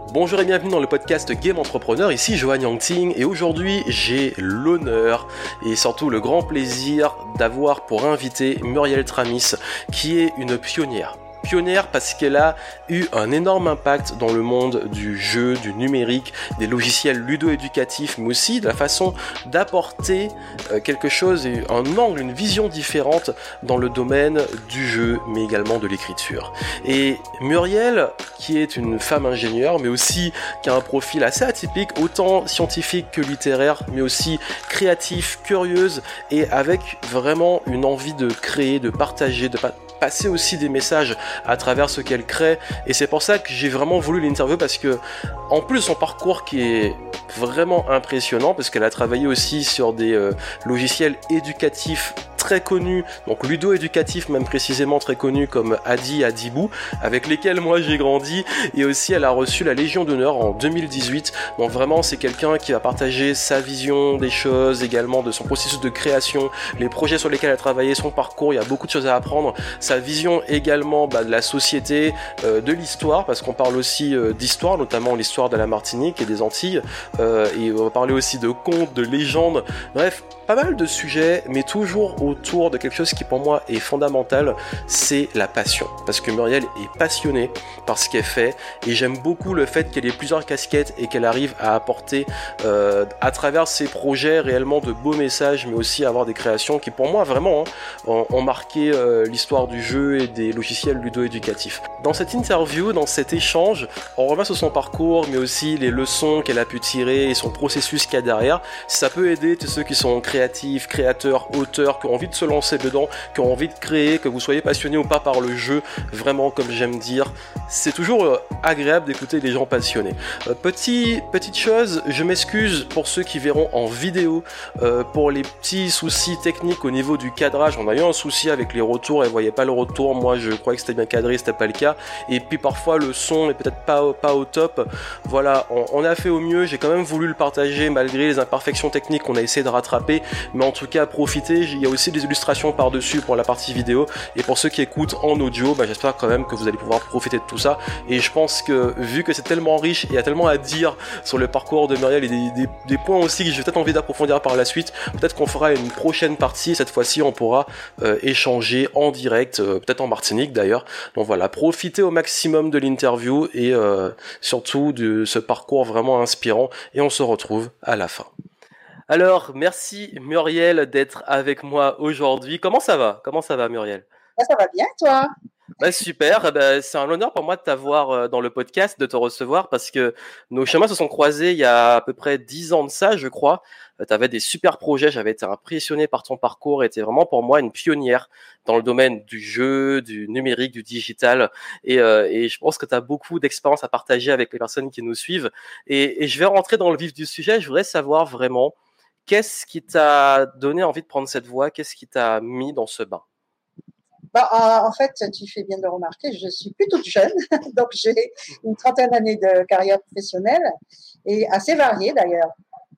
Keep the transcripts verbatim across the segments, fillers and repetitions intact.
Bonjour et bienvenue dans le podcast Game Entrepreneur, ici Johan Yangting et aujourd'hui j'ai l'honneur et surtout le grand plaisir d'avoir pour invité Muriel Tramis qui est une pionnière. Pionnière parce qu'elle a eu un énorme impact dans le monde du jeu, du numérique, des logiciels ludo-éducatifs, mais aussi de la façon d'apporter quelque chose, un angle, une vision différente dans le domaine du jeu, mais également de l'écriture. Et Muriel, qui est une femme ingénieure, mais aussi qui a un profil assez atypique, autant scientifique que littéraire, mais aussi créatif, curieuse, et avec vraiment une envie de créer, de partager, de pa- passer aussi des messages à travers ce qu'elle crée, et c'est pour ça que j'ai vraiment voulu l'interviewer, parce que en plus de son parcours qui est vraiment impressionnant, parce qu'elle a travaillé aussi sur des euh, logiciels éducatifs très connus, donc ludo-éducatifs même précisément très connus comme Adi, Adibou, avec lesquels moi j'ai grandi, et aussi elle a reçu la Légion d'honneur en deux mille dix-huit, donc vraiment c'est quelqu'un qui va partager sa vision des choses, également de son processus de création, les projets sur lesquels elle a travaillé, son parcours, il y a beaucoup de choses à apprendre, sa vision également bah, de la société, euh, de l'histoire, parce qu'on parle aussi euh, d'histoire, notamment l'histoire de la Martinique et des Antilles, euh, et on va parler aussi de contes, de légendes, bref, pas mal de sujets, mais toujours autour de quelque chose qui pour moi est fondamental, c'est la passion. Parce que Muriel est passionnée par ce qu'elle fait, et j'aime beaucoup le fait qu'elle ait plusieurs casquettes et qu'elle arrive à apporter euh, à travers ses projets réellement de beaux messages, mais aussi avoir des créations qui pour moi vraiment hein, ont, ont marqué euh, l'histoire du jeu et des logiciels ludo-éducatifs. Dans cette interview, dans cet échange, on revient sur son parcours, mais aussi les leçons qu'elle a pu tirer et son processus qu'il y a derrière. Si ça peut aider tous ceux qui sont créatifs, créateurs, auteurs, qui ont envie de se lancer dedans, qui ont envie de créer, que vous soyez passionné ou pas par le jeu, vraiment comme j'aime dire, c'est toujours euh, agréable d'écouter des gens passionnés. Euh, petit, petite chose, je m'excuse pour ceux qui verront en vidéo, euh, pour les petits soucis techniques au niveau du cadrage. On a eu un souci avec les retours, elle voyait pas le retour, moi je croyais que c'était bien cadré, c'était pas le cas, et puis parfois le son est peut-être pas, pas au top. Voilà, on, on a fait au mieux, j'ai quand même voulu le partager malgré les imperfections techniques qu'on a essayé de rattraper, mais en tout cas profitez, il y a aussi des illustrations par-dessus pour la partie vidéo, et pour ceux qui écoutent en audio, bah, j'espère quand même que vous allez pouvoir profiter de tout ça, et je pense que vu que c'est tellement riche et il y a tellement à dire sur le parcours de Muriel et des, des, des points aussi que j'ai peut-être envie d'approfondir par la suite, peut-être qu'on fera une prochaine partie, cette fois-ci on pourra euh, échanger en direct, euh, peut-être en Martinique d'ailleurs, donc voilà, profitez au maximum de l'interview et euh, surtout de ce parcours vraiment inspirant, et on se retrouve à la fin. Alors, merci Muriel d'être avec moi aujourd'hui. Comment ça va? Comment ça va Muriel? Ça, ça va bien, toi? Bah, super, bah, c'est un honneur pour moi de t'avoir dans le podcast, de te recevoir, parce que nos chemins se sont croisés il y a à peu près dix ans de ça, je crois. Tu avais des super projets, j'avais été impressionné par ton parcours, et t'es vraiment pour moi une pionnière dans le domaine du jeu, du numérique, du digital, et, euh, et je pense que tu as beaucoup d'expérience à partager avec les personnes qui nous suivent. Et, et je vais rentrer dans le vif du sujet, je voudrais savoir vraiment qu'est-ce qui t'a donné envie de prendre cette voie, qu'est-ce qui t'a mis dans ce bain? Bah, en en fait, tu fais bien de le remarquer, je suis plus toute jeune, donc j'ai une trentaine d'années de carrière professionnelle et assez variée d'ailleurs.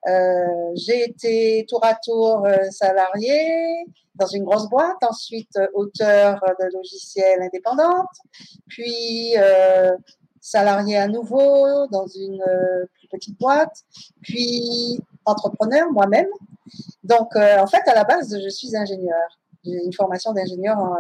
Euh, j'ai été tour à tour euh, salariée dans une grosse boîte, ensuite euh, auteur de logiciels indépendante, puis euh, salariée à nouveau dans une euh, plus petite boîte, puis entrepreneur moi-même. Donc, euh, en fait, à la base, je suis ingénieure. J'ai une formation d'ingénieur en,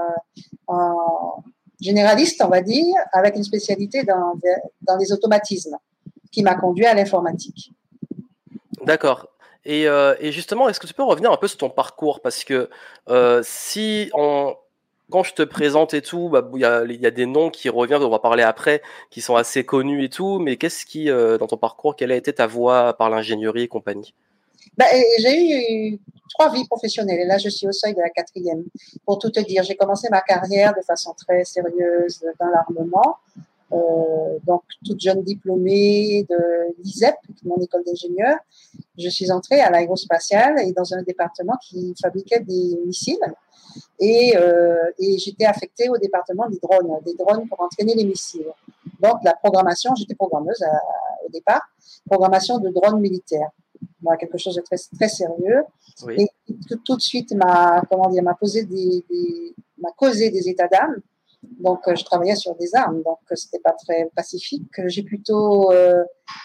en généraliste, on va dire, avec une spécialité dans, dans les automatismes, qui m'a conduit à l'informatique. D'accord. Et, euh, et justement, est-ce que tu peux revenir un peu sur ton parcours? Parce que euh, si on, quand je te présente et tout, bah, il y a, il y a des noms qui reviennent, on va parler après, qui sont assez connus et tout, mais qu'est-ce qui, euh, dans ton parcours, quelle a été ta voie par l'ingénierie et compagnie? Ben, j'ai eu trois vies professionnelles et là, je suis au seuil de la quatrième. Pour tout te dire, j'ai commencé ma carrière de façon très sérieuse dans l'armement. Euh, donc, toute jeune diplômée de l'I S E P, mon école d'ingénieur. Je suis entrée à l'aérospatiale et dans un département qui fabriquait des missiles. Et, euh, et j'étais affectée au département des drones, des drones pour entraîner les missiles. Donc, la programmation, j'étais programmeuse à, au départ, programmation de drones militaires. Bon, quelque chose de très, très sérieux. Oui. Et tout, tout de suite m'a, comment dire, m'a posé des, des, m'a causé des états d'âme. Donc, euh, je travaillais sur des armes, donc euh, c'était pas très pacifique. J'ai plutôt, euh,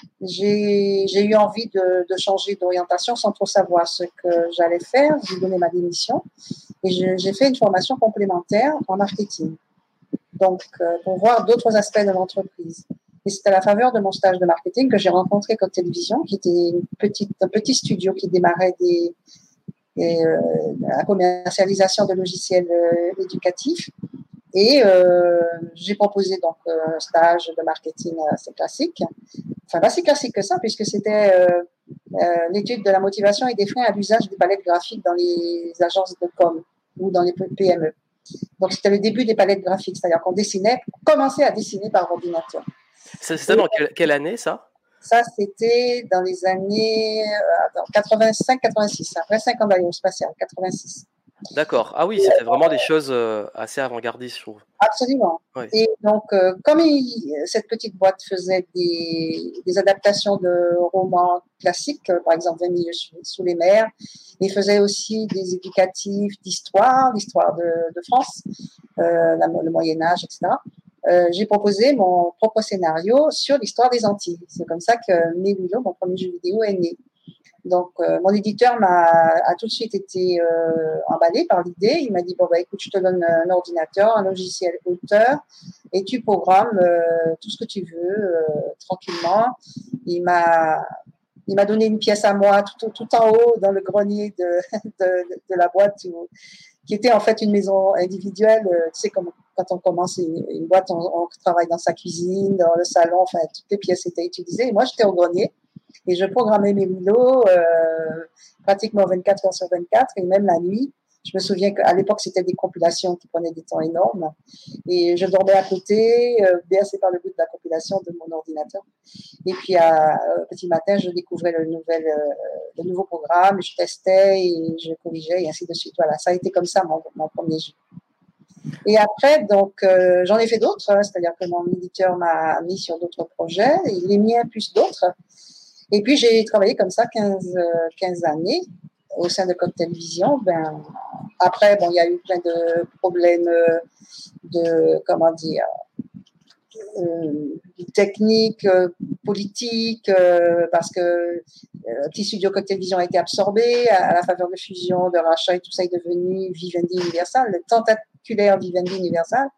j'ai, j'ai eu envie de, de changer d'orientation sans trop savoir ce que j'allais faire. J'ai donné ma démission et je, j'ai fait une formation complémentaire en marketing. Donc, euh, pour voir d'autres aspects de l'entreprise. Et c'est à la faveur de mon stage de marketing que j'ai rencontré Cocktail Vision, qui était une petite, un petit studio qui démarrait des, des, euh, la commercialisation de logiciels euh, éducatifs. Et euh, j'ai proposé donc un stage de marketing assez classique, enfin pas si classique que ça, puisque c'était euh, euh, l'étude de la motivation et des freins à l'usage des palettes graphiques dans les agences de com ou dans les P M E. Donc c'était le début des palettes graphiques, c'est-à-dire qu'on dessinait, on commençait à dessiner par ordinateur. C'était dans quelle, quelle année ça? Ça, c'était dans les années euh, quatre-vingt-cinq quatre-vingt-six, après cinq ans d'aérospatiale, quatre-vingt-six. D'accord. Ah oui, c'était vraiment des choses euh, assez avant-gardistes, je trouve. Absolument. Oui. Et donc, euh, comme il, cette petite boîte faisait des, des adaptations de romans classiques, euh, par exemple vingt milieux sous, sous les mers, il faisait aussi des éducatifs d'histoire, l'histoire de, de France, euh, la, le Moyen-Âge, et cetera. Euh, j'ai proposé mon propre scénario sur l'histoire des Antilles. C'est comme ça que Mes Willows, mon premier jeu vidéo, est né. Donc, euh, mon éditeur m'a a tout de suite été euh, emballé par l'idée. Il m'a dit, bon, bah, écoute, je te donne un ordinateur, un logiciel auteur, et tu programmes euh, tout ce que tu veux, euh, tranquillement. Il m'a il m'a donné une pièce à moi tout, tout en haut dans le grenier de, de, de la boîte où, qui était en fait une maison individuelle. Tu sais, comme quand on commence une, une boîte, on, on travaille dans sa cuisine, dans le salon, enfin, toutes les pièces étaient utilisées. Et moi, j'étais au grenier. Et je programmais mes Willows euh, pratiquement vingt-quatre heures sur vingt-quatre et même la nuit. Je me souviens qu'à l'époque, c'était des compilations qui prenaient des temps énormes. Et je dormais à côté, euh, bercé par le bout de la compilation de mon ordinateur. Et puis, à euh, petit matin, je découvrais le, nouvel, euh, le nouveau programme, je testais et je corrigeais et ainsi de suite. Voilà, ça a été comme ça mon, mon premier jeu. Et après, donc, euh, j'en ai fait d'autres, hein, c'est-à-dire que mon éditeur m'a mis sur d'autres projets, et les miens plus d'autres. Et puis, j'ai travaillé comme ça quinze, quinze années au sein de Cocktail Vision. Ben, après, bon, il y a eu plein de problèmes de, comment dire, euh, techniques, euh, politiques, euh, parce que euh, le petit studio Cocktail Vision a été absorbé à, à la faveur de fusion, de rachat et tout ça est devenu Vivendi Universal, le tentaculaire Vivendi Universal.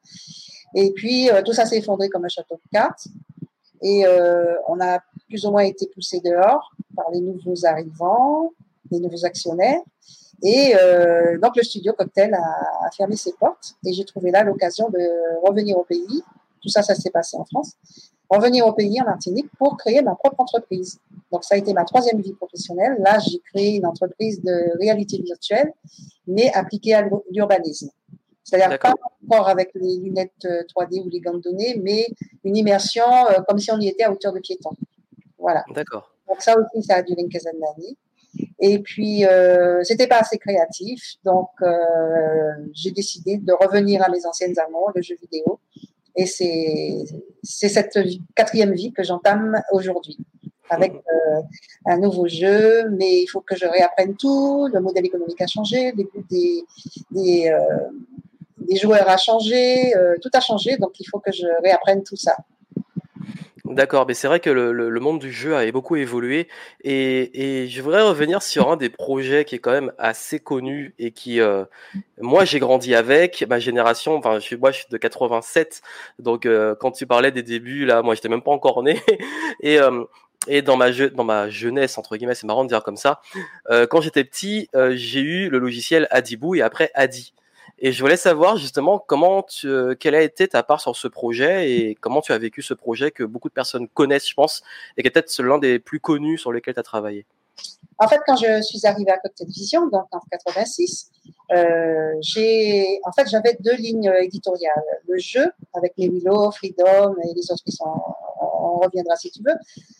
Et puis, euh, tout ça s'est effondré comme un château de cartes. Et euh, on a plus ou moins été poussé dehors par les nouveaux arrivants, les nouveaux actionnaires. Et euh, donc, le studio Cocktail a, a fermé ses portes. Et j'ai trouvé là l'occasion de revenir au pays. Tout ça, ça s'est passé en France. Revenir au pays, en Martinique, pour créer ma propre entreprise. Donc, ça a été ma troisième vie professionnelle. Là, j'ai créé une entreprise de réalité virtuelle, mais appliquée à l'urbanisme. C'est-à-dire D'accord. pas encore avec les lunettes trois D ou les gants de données, mais une immersion euh, comme si on y était à hauteur de piéton. Voilà. D'accord. Donc ça aussi, ça a duré une quinzaine d'années. Et puis, euh, c'était pas assez créatif, donc euh, j'ai décidé de revenir à mes anciennes amours, le jeu vidéo. Et c'est, c'est cette quatrième vie que j'entame aujourd'hui. Avec euh, un nouveau jeu, mais il faut que je réapprenne tout. Le modèle économique a changé, les goûts des, des, euh, des joueurs a changé, euh, tout a changé, donc il faut que je réapprenne tout ça. D'accord, mais c'est vrai que le, le, le monde du jeu avait beaucoup évolué et, et je voudrais revenir sur un des projets qui est quand même assez connu et qui, euh, moi j'ai grandi avec, ma génération, enfin je suis, moi je suis de quatre-vingt-sept, donc euh, quand tu parlais des débuts, là moi j'étais même pas encore né et... Euh, Et dans ma, je, dans ma jeunesse, entre guillemets, c'est marrant de dire comme ça, euh, quand j'étais petit, euh, j'ai eu le logiciel Adibou et après Adi. Et je voulais savoir justement comment tu, euh, quelle a été ta part sur ce projet et comment tu as vécu ce projet que beaucoup de personnes connaissent, je pense, et qui est peut-être l'un des plus connus sur lesquels tu as travaillé. En fait, quand je suis arrivée à Cocktail Vision, donc en quatre-vingt-six, euh, j'ai, en fait, j'avais deux lignes éditoriales. Le jeu, avec mes Willows, Freedom et les autres qui sont, on reviendra si tu veux.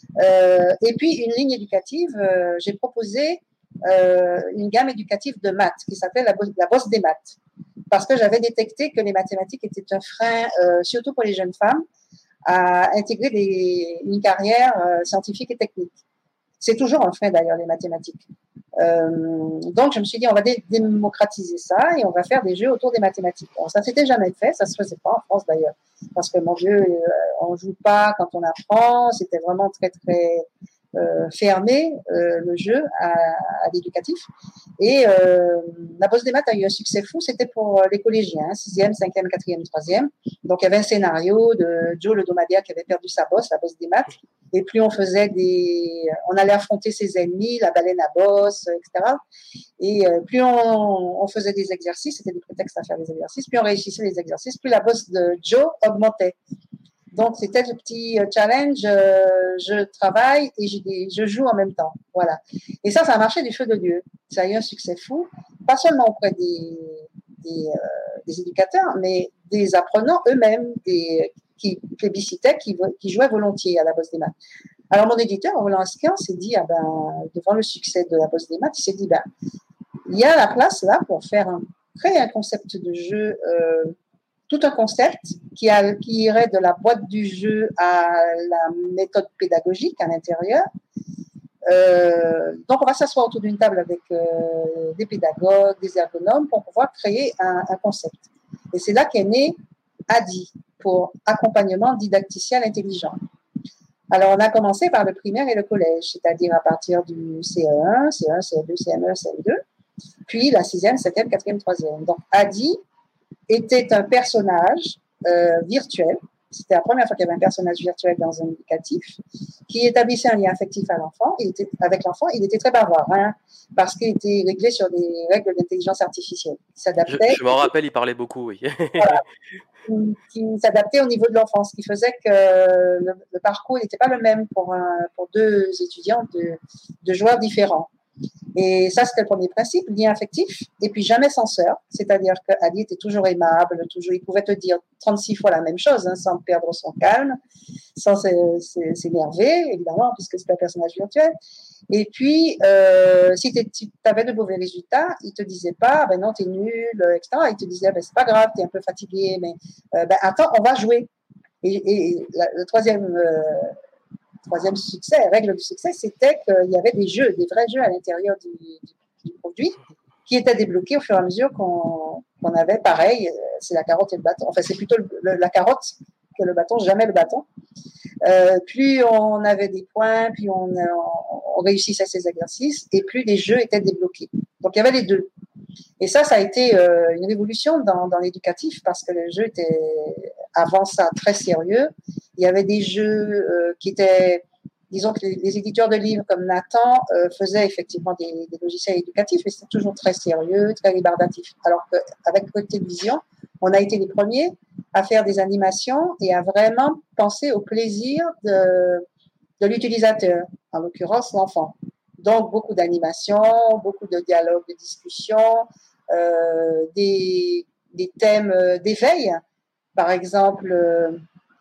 Euh, et puis, une ligne éducative, euh, j'ai proposé euh, une gamme éducative de maths qui s'appelle la, la bosse des maths. Parce que j'avais détecté que les mathématiques étaient un frein, euh, surtout pour les jeunes femmes, à intégrer des, une carrière euh, scientifique et technique. C'est toujours un frein d'ailleurs, les mathématiques. Euh, donc, je me suis dit, on va dé- démocratiser ça et on va faire des jeux autour des mathématiques. Alors, ça s'était jamais fait, ça se faisait pas en France d'ailleurs, parce que mon Dieu, euh, on joue pas quand on apprend, c'était vraiment très très euh, fermé euh, le jeu à, à l'éducatif. Et euh, la bosse des maths a eu un succès fou, c'était pour les collégiens, sixième, cinquième, quatrième, troisième. Donc, il y avait un scénario de Joe le Domadia qui avait perdu sa bosse, la bosse des maths. Et plus on faisait des, on allait affronter ses ennemis, la baleine à bosse, et cetera. Et euh, plus on, on faisait des exercices, c'était des prétextes à faire des exercices, plus on réussissait les exercices, plus la bosse de Joe augmentait. Donc, c'était le petit challenge, euh, je travaille et je, je joue en même temps. Voilà. Et ça, ça a marché du feu de Dieu. Ça a eu un succès fou, pas seulement auprès des, des, euh, des éducateurs, mais des apprenants eux-mêmes, des, qui plébiscitaient, qui, qui jouaient volontiers à la bosse des maths. Alors, mon éditeur, Roland Asquin, s'est dit, ah ben, devant le succès de la bosse des maths, il s'est dit, ben, il y a la place là pour faire un, créer un concept de jeu, euh, tout un concept qui, a, qui irait de la boîte du jeu à la méthode pédagogique à l'intérieur. Euh, donc, on va s'asseoir autour d'une table avec euh, des pédagogues, des ergonomes pour pouvoir créer un, un concept. Et c'est là qu'est né A D I, pour accompagnement didacticiel intelligent. Alors, on a commencé par le primaire et le collège, c'est-à-dire à partir du C E un, C E un, C E deux, C M un, C M deux, puis la sixième, septième, quatrième, troisième. Donc, A D I était un personnage euh, virtuel. C'était la première fois qu'il y avait un personnage virtuel dans un éducatif qui établissait un lien affectif à l'enfant. Il était, avec l'enfant, il était très bavard, hein, parce qu'il était réglé sur des règles d'intelligence artificielle. Il s'adaptait. Je, je m'en rappelle, il parlait beaucoup, oui. Voilà, qui s'adaptait au niveau de l'enfant, ce qui faisait que le, le parcours n'était pas le même pour, un, pour deux étudiants de, de joueurs différents. Et ça, c'était le premier principe, lien affectif, et puis jamais censeur, c'est-à-dire qu'Ali était toujours aimable, toujours, il pouvait te dire trente-six fois la même chose, hein, sans perdre son calme, sans s'énerver, évidemment, puisque c'était un personnage virtuel. Et puis, euh, si tu avais de mauvais résultats, il te disait pas, ben non, t'es nul, et cetera. Il te disait, ben c'est pas grave, t'es un peu fatigué, mais euh, ben attends, on va jouer. Et, et la, le troisième... Euh, troisième succès, règle du succès, c'était qu'il y avait des jeux, des vrais jeux à l'intérieur du, du, du produit qui étaient débloqués au fur et à mesure qu'on qu'on avait. Pareil, c'est la carotte et le bâton. Enfin, c'est plutôt le, le, la carotte que le bâton, jamais le bâton. Euh, plus on avait des points, plus on, on, on réussissait ces exercices, et plus les jeux étaient débloqués. Donc, il y avait les deux. Et ça, ça a été euh, une révolution dans, dans l'éducatif parce que le jeu était, avant ça, très sérieux. Il y avait des jeux euh, qui étaient, disons que les, les éditeurs de livres comme Nathan euh, faisaient effectivement des, des logiciels éducatifs, mais c'était toujours très sérieux, très rébarbatif. Alors qu'avec Côté Vision, on a été les premiers à faire des animations et à vraiment penser au plaisir de, de l'utilisateur, en l'occurrence l'enfant. Donc, beaucoup d'animations, beaucoup de dialogues, de discussions, euh, des, des thèmes d'éveil. Par exemple, euh,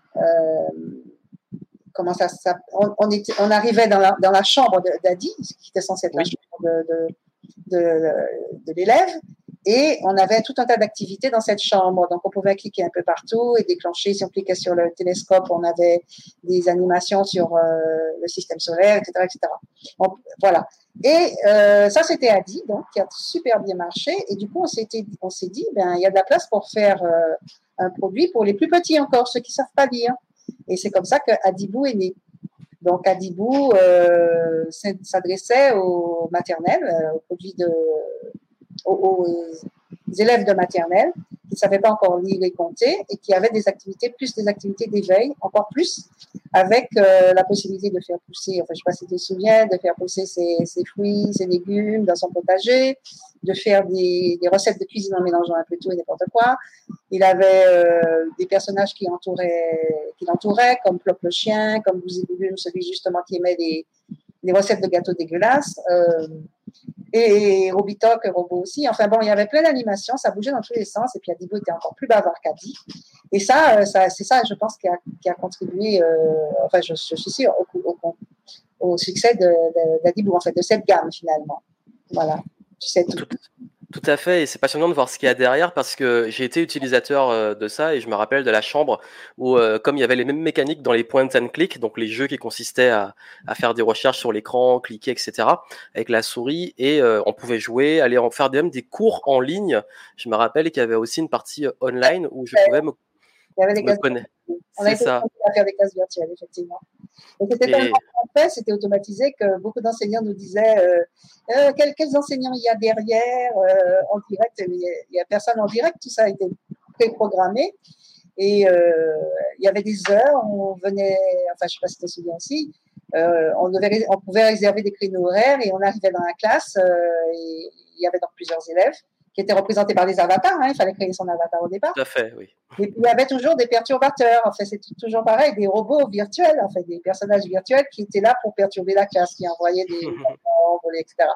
comment ça, ça on, on, était, on arrivait dans la, dans la chambre d'Adi, qui était censée être la chambre de, de, de, de l'élève, et on avait tout un tas d'activités dans cette chambre. Donc, on pouvait cliquer un peu partout et déclencher. Si on cliquait sur le télescope, on avait des animations sur euh, le système solaire, et cetera, et cetera. On, voilà. Et euh, ça, c'était Adi, donc, qui a super bien marché. Et du coup, on s'est on s'est dit, ben, il y a de la place pour faire euh, un produit pour les plus petits encore, ceux qui savent pas lire. Et c'est comme ça que Adibou est né. Donc, Adibou euh, s'adressait aux maternelles, euh, aux produits de aux, aux élèves de maternelle qui ne savaient pas encore lire et compter et qui avaient des activités, plus des activités d'éveil, encore plus, avec euh, la possibilité de faire pousser, enfin je ne sais pas si tu te souviens, de faire pousser ses, ses fruits, ses légumes dans son potager, de faire des, des recettes de cuisine en mélangeant un peu tout et n'importe quoi. Il avait euh, des personnages qui l'entouraient, qui l'entouraient, comme Plop le chien, comme Bouzy Boulum, celui justement qui aimait les, les recettes de gâteaux dégueulasses. Euh, Et Robitok, Robot aussi. Enfin bon, il y avait plein d'animations, ça bougeait dans tous les sens. Et puis Adibou était encore plus bavard qu'Adi. Et ça, ça c'est ça, je pense, qui a, qui a contribué, euh, enfin, je, je suis sûre, au, au, au succès d'Adibou, en fait, de cette gamme finalement. Voilà. Tu sais tout. tout. Tout à fait, et c'est passionnant de voir ce qu'il y a derrière parce que j'ai été utilisateur euh, de ça et je me rappelle de la chambre où, euh, comme il y avait les mêmes mécaniques dans les point and click, donc les jeux qui consistaient à, à faire des recherches sur l'écran, cliquer, et cetera, avec la souris, et euh, on pouvait jouer, aller en faire même des cours en ligne. Je me rappelle qu'il y avait aussi une partie euh, online où je pouvais me, Il y avait des me classes connaître. virtuelles. On a C'est été ça. à faire des classes virtuelles, effectivement. Et c'était tellement Et bien fait, c'était automatisé que beaucoup d'enseignants nous disaient euh, euh, quels, quels enseignants il y a derrière euh, en direct. Il n'y a, a personne en direct, tout ça a été préprogrammé. Et euh, il y avait des heures où on venait, enfin, je ne sais pas si tu te souviens aussi, euh, on, devait, on pouvait réserver des créneaux horaires et on arrivait dans la classe euh, et il y avait donc plusieurs élèves qui étaient représentés par des avatars. Hein, il fallait créer son avatar au départ. tout à fait, oui. Et puis, il y avait toujours des perturbateurs. En fait, c'est toujours pareil, des robots virtuels, en fait, des personnages virtuels qui étaient là pour perturber la classe, qui envoyaient des nombres, et cetera.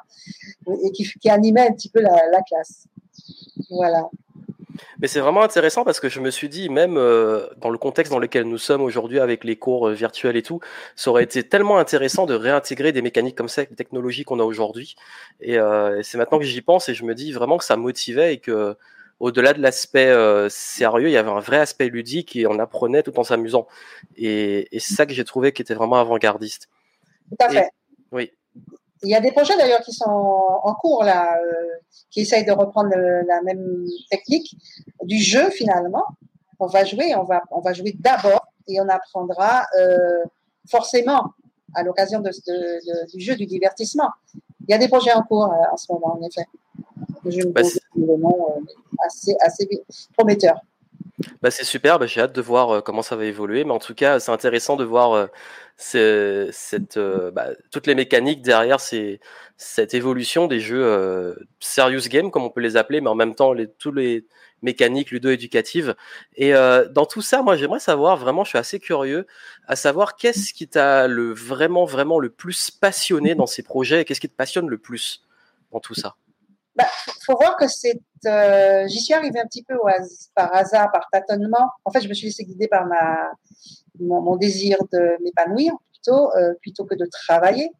Et qui, qui animaient un petit peu la, la classe. Voilà. Mais c'est vraiment intéressant parce que je me suis dit, même euh, dans le contexte dans lequel nous sommes aujourd'hui avec les cours euh, virtuels et tout, ça aurait été tellement intéressant de réintégrer des mécaniques comme ça avec les technologies qu'on a aujourd'hui. Et, euh, et c'est maintenant que j'y pense et je me dis vraiment que ça motivait et que au-delà de l'aspect euh, sérieux, il y avait un vrai aspect ludique et on apprenait tout en s'amusant. Et, et c'est ça que j'ai trouvé qui était vraiment avant-gardiste. Tout à fait. Et, oui. Il y a des projets d'ailleurs qui sont en cours là, euh, qui essayent de reprendre le, la même technique du jeu finalement. On va jouer, on va, on va jouer d'abord et on apprendra euh, forcément à l'occasion de, de, de, du jeu, du divertissement. Il y a des projets en cours euh, en ce moment, en effet. Je me Bah, pose le nom euh, assez, assez prometteur. Bah c'est super, bah j'ai hâte de voir euh, comment ça va évoluer, mais en tout cas c'est intéressant de voir euh, c'est- cette, euh, bah, toutes les mécaniques derrière ces, cette évolution des jeux euh, serious game comme on peut les appeler, mais en même temps les, tous les mécaniques ludo-éducatives. Et euh, dans tout ça, moi j'aimerais savoir vraiment, je suis assez curieux à savoir qu'est-ce qui t'a le vraiment vraiment le plus passionné dans ces projets et qu'est-ce qui te passionne le plus dans tout ça. Bah, faut voir que c'est, euh, j'y suis arrivée un petit peu au has- par hasard, par tâtonnement. En fait, je me suis laissée guider par ma, mon, mon désir de m'épanouir plutôt, euh, plutôt que de travailler.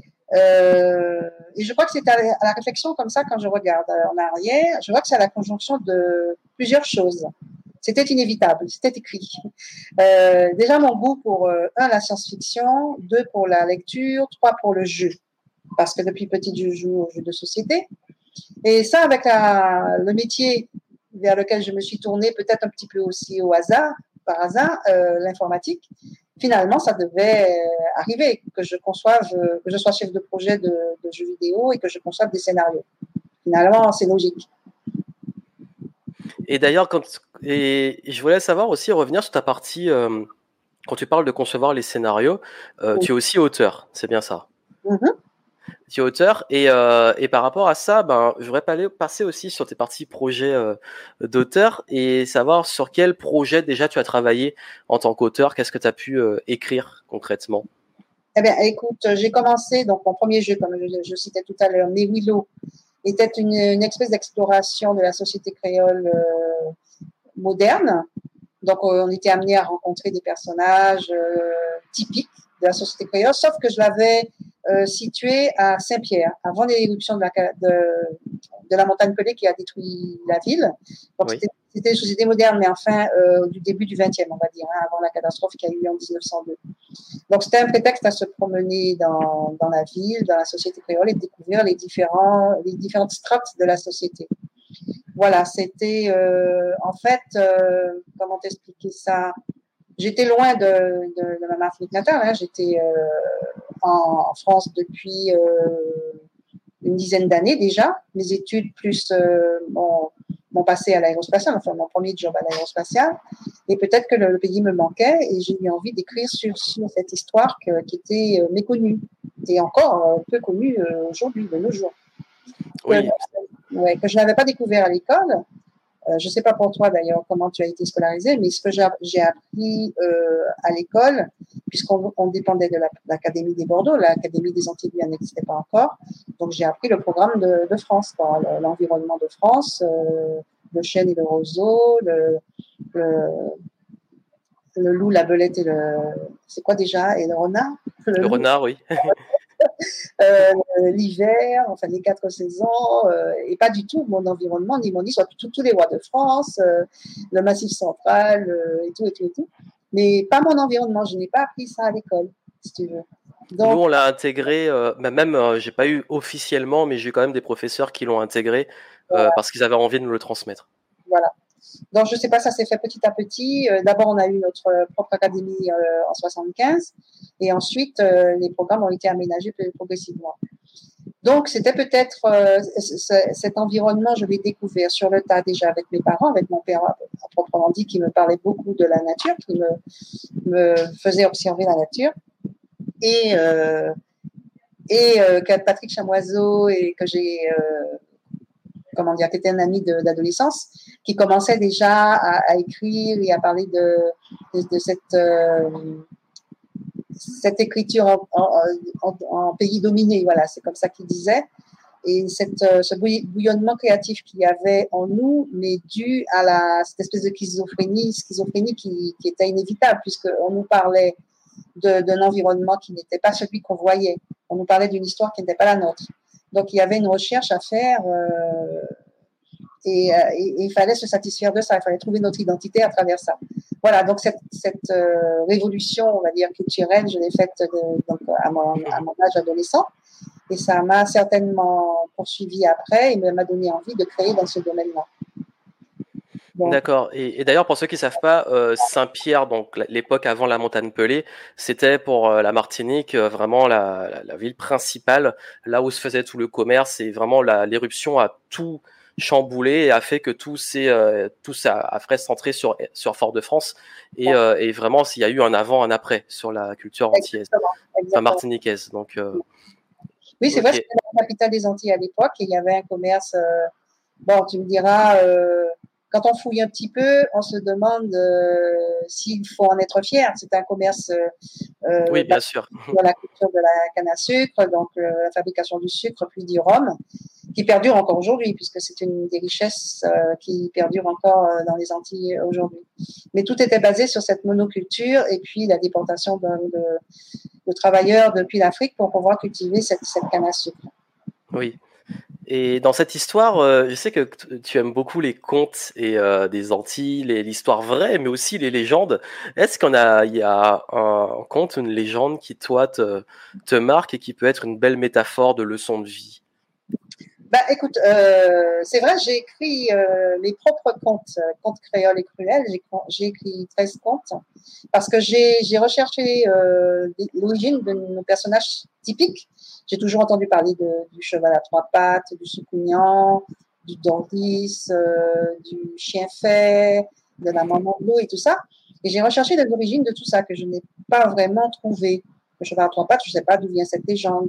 Euh, et je crois que c'est à, à la réflexion comme ça, quand je regarde en arrière, je vois que c'est à la conjonction de plusieurs choses. C'était inévitable, c'était écrit. Euh, déjà mon goût pour euh, un la science-fiction, deux pour la lecture, trois pour le jeu, parce que depuis petite je joue aux jeux de société. Et ça, avec la, le métier vers lequel je me suis tournée, peut-être un petit peu aussi au hasard, par hasard, euh, l'informatique, finalement, ça devait arriver, que je conçoive, que je sois chef de projet de, de jeux vidéo et que je conçoive des scénarios. Finalement, c'est logique. Et d'ailleurs, quand et je voulais savoir aussi revenir sur ta partie euh, quand tu parles de concevoir les scénarios, euh, tu es aussi auteur, c'est bien ça. Mm-hmm. Tu es auteur et, euh, et par rapport à ça, ben, je voudrais parler, passer aussi sur tes parties projets euh, d'auteur et savoir sur quel projet déjà tu as travaillé en tant qu'auteur, qu'est-ce que tu as pu euh, écrire concrètement. Eh bien, écoute, j'ai commencé, donc mon premier jeu, comme je, je citais tout à l'heure, Mes Willow, était une, une espèce d'exploration de la société créole euh, moderne. Donc, on était amené à rencontrer des personnages euh, typiques de la société créole, sauf que je l'avais euh, situé à Saint-Pierre, avant l'éruption de la, de, de la montagne Pelée qui a détruit la ville. Donc, Oui. c'était une société moderne, mais enfin euh, du début du vingtième, on va dire, hein, avant la catastrophe qu'il y a eu en dix-neuf cent deux. Donc, c'était un prétexte à se promener dans, dans la ville, dans la société créole et de découvrir les, différents, les différentes strates de la société. Voilà, c'était euh, en fait, euh, comment t'expliquer ça? J'étais loin de, de, de ma Martinique natale, hein. J'étais euh, en, en France depuis euh, une dizaine d'années déjà. Mes études plus euh, mon, mon passé à l'aérospatiale, enfin mon premier job à l'aérospatiale. Et peut-être que le, le pays me manquait et j'ai eu envie d'écrire sur, sur cette histoire que, qui était euh, méconnue et encore euh, peu connue euh, aujourd'hui, de nos jours. Oui. Que, ouais, que je n'avais pas découvert à l'école. Euh, je ne sais pas pour toi d'ailleurs comment tu as été scolarisé, mais ce que j'ai, j'ai appris euh, à l'école, puisqu'on on dépendait de la, l'Académie des Bordeaux, l'Académie des Antilles n'existait pas encore, donc j'ai appris le programme de, de France, quoi, l'environnement de France, euh, le chêne et le roseau, le, le, le loup, la belette et le... C'est quoi déjà? Et le renard? Le Le loup, renard, oui. euh, l'hiver, enfin les quatre saisons, euh, et pas du tout mon environnement, ni mon histoire, tous tous les rois de France, euh, le Massif central, euh, et tout, et tout, et tout. Mais pas mon environnement, je n'ai pas appris ça à l'école, si tu veux. Nous, Donc, on l'a intégré, euh, bah, même, euh, j'ai pas eu officiellement, mais j'ai eu quand même des professeurs qui l'ont intégré euh, voilà. parce qu'ils avaient envie de nous le transmettre. Voilà. Donc, je sais pas, ça s'est fait petit à petit. Euh, d'abord, on a eu notre propre académie euh, en soixante-quinze, et ensuite, euh, les programmes ont été aménagés progressivement. Donc, c'était peut-être euh, cet environnement, je l'ai découvert sur le tas déjà avec mes parents, avec mon père à proprement dit, qui me parlait beaucoup de la nature, qui me, me faisait observer la nature. Et, euh, et euh, Patrick Chamoiseau, et que j'ai, euh, comment dire, qui était un ami de, d'adolescence, qui commençait déjà à, à écrire et à parler de, de, de cette, euh, cette écriture en, en, en, en pays dominé. Voilà, c'est comme ça qu'il disait. Et cette, ce bouillonnement créatif qu'il y avait en nous, mais dû à la, cette espèce de schizophrénie, schizophrénie qui, qui était inévitable, puisqu'on nous parlait de, d'un environnement qui n'était pas celui qu'on voyait. On nous parlait d'une histoire qui n'était pas la nôtre. Donc, il y avait une recherche à faire euh, et, et, et il fallait se satisfaire de ça. Il fallait trouver notre identité à travers ça. Voilà, donc cette, cette euh, révolution, on va dire, culturelle, je l'ai faite de, donc, à, mon, à mon âge adolescent. Et ça m'a certainement poursuivi après et m'a donné envie de créer dans ce domaine-là. Donc, d'accord. Et, et d'ailleurs, pour ceux qui ne savent pas, euh, Saint-Pierre, donc l'époque avant la montagne Pelée, c'était pour euh, la Martinique euh, vraiment la, la, la ville principale, là où se faisait tout le commerce, et vraiment la, l'éruption a tout chamboulé et a fait que tout s'est euh, tout ça a fait centrer sur sur Fort-de-France et, euh, et vraiment il y a eu un avant un après sur la culture antillaise, enfin martiniquaise. Donc euh, oui, c'est okay. Vrai, c'était la capitale des Antilles à l'époque et il y avait un commerce. Euh, bon, tu me diras. Euh, Quand on fouille un petit peu, on se demande euh, s'il faut en être fier. C'est un commerce euh, oui, bien sûr. Dans la culture de la canne à sucre, donc euh, la fabrication du sucre puis du rhum, qui perdure encore aujourd'hui, puisque c'est une des richesses euh, qui perdure encore euh, dans les Antilles aujourd'hui. Mais tout était basé sur cette monoculture et puis la déportation de, de, de travailleurs depuis l'Afrique pour pouvoir cultiver cette, cette canne à sucre. Oui. Et dans cette histoire, euh, je sais que tu aimes beaucoup les contes et euh, des Antilles, les, l'histoire vraie, mais aussi les légendes. Est-ce qu'on a, il y a un, un conte, une légende qui toi te, te marque et qui peut être une belle métaphore de leçon de vie? Bah, écoute, euh, c'est vrai, j'ai écrit euh, mes propres contes, euh, contes créoles et cruels. J'ai, j'ai écrit treize contes parce que j'ai, j'ai recherché euh, l'origine de nos personnages typiques. J'ai toujours entendu parler de, du cheval à trois pattes, du soucougnan, du dordis, euh, du chien fait, de la maman de l'eau et tout ça. Et j'ai recherché les origines de tout ça que je n'ai pas vraiment trouvé. Le cheval à trois pattes, je ne sais pas d'où vient cette légende.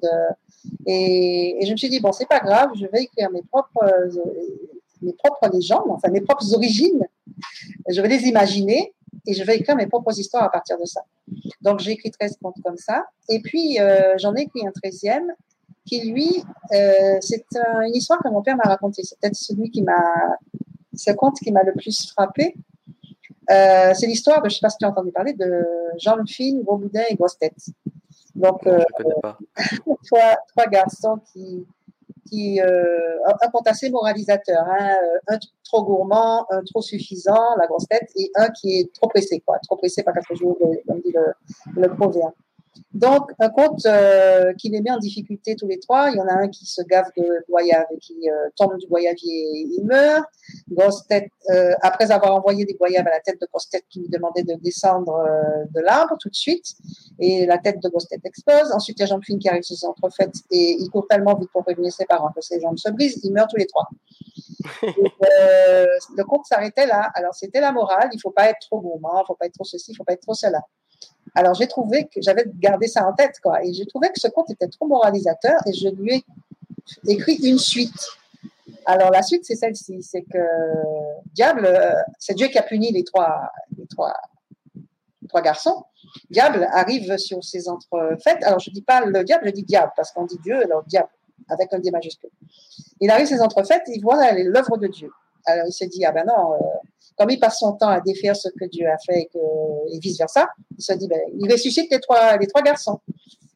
Et, et je me suis dit, bon, c'est pas grave, je vais écrire mes propres, euh, mes propres légendes, enfin mes propres origines. Je vais les imaginer et je vais écrire mes propres histoires à partir de ça. Donc, j'ai écrit treize contes comme ça. Et puis, euh, j'en ai écrit un treizième qui, lui, euh, c'est un, une histoire que mon père m'a racontée. C'est peut-être celui qui m'a, ce conte qui m'a le plus frappé. Euh, c'est l'histoire de, je ne sais pas si tu as entendu parler, de Jean Fine, Gros Boudin et Grosse Tête. Donc, euh, je connais pas. trois, trois garçons qui, qui euh, un conte assez moralisateur, hein, un trop gourmand, un trop suffisant, la grosse tête, et un qui est trop pressé, quoi, trop pressé par quatre jours, comme dit le, le proverbe. Donc, un conte euh, qui les met en difficulté tous les trois. Il y en a un qui se gave de goyave et qui euh, tombe du goyavier et il meurt. Grosse tête, euh, après avoir envoyé des goyaves à la tête de grosse tête qui lui demandait de descendre euh, de l'arbre tout de suite, et la tête de grosse tête explose. Ensuite, il y a Jean-Fine qui arrive sur ses entrefaites et il court tellement vite pour prévenir ses parents que ses jambes se brisent. Ils meurent tous les trois. Et, euh, le conte s'arrêtait là. Alors, c'était la morale. Il ne faut pas être trop gourmand, il ne faut pas être trop ceci, il ne faut pas être trop cela. Alors, j'ai trouvé que j'avais gardé ça en tête, quoi. Et j'ai trouvé que ce conte était trop moralisateur et je lui ai écrit une suite. Alors, la suite, c'est celle-ci. C'est que Diable, c'est Dieu qui a puni les trois, les trois, les trois garçons. Diable arrive sur ses entrefaites. Alors, je ne dis pas le diable, je dis diable, parce qu'on dit Dieu, alors diable, avec un D majuscule. Il arrive sur ses entrefaites, il voit l'œuvre de Dieu. Alors, il se dit, ah ben non, euh, comme il passe son temps à défaire ce que Dieu a fait et, que, et vice-versa, il se dit, ben, il ressuscite les trois, les trois garçons.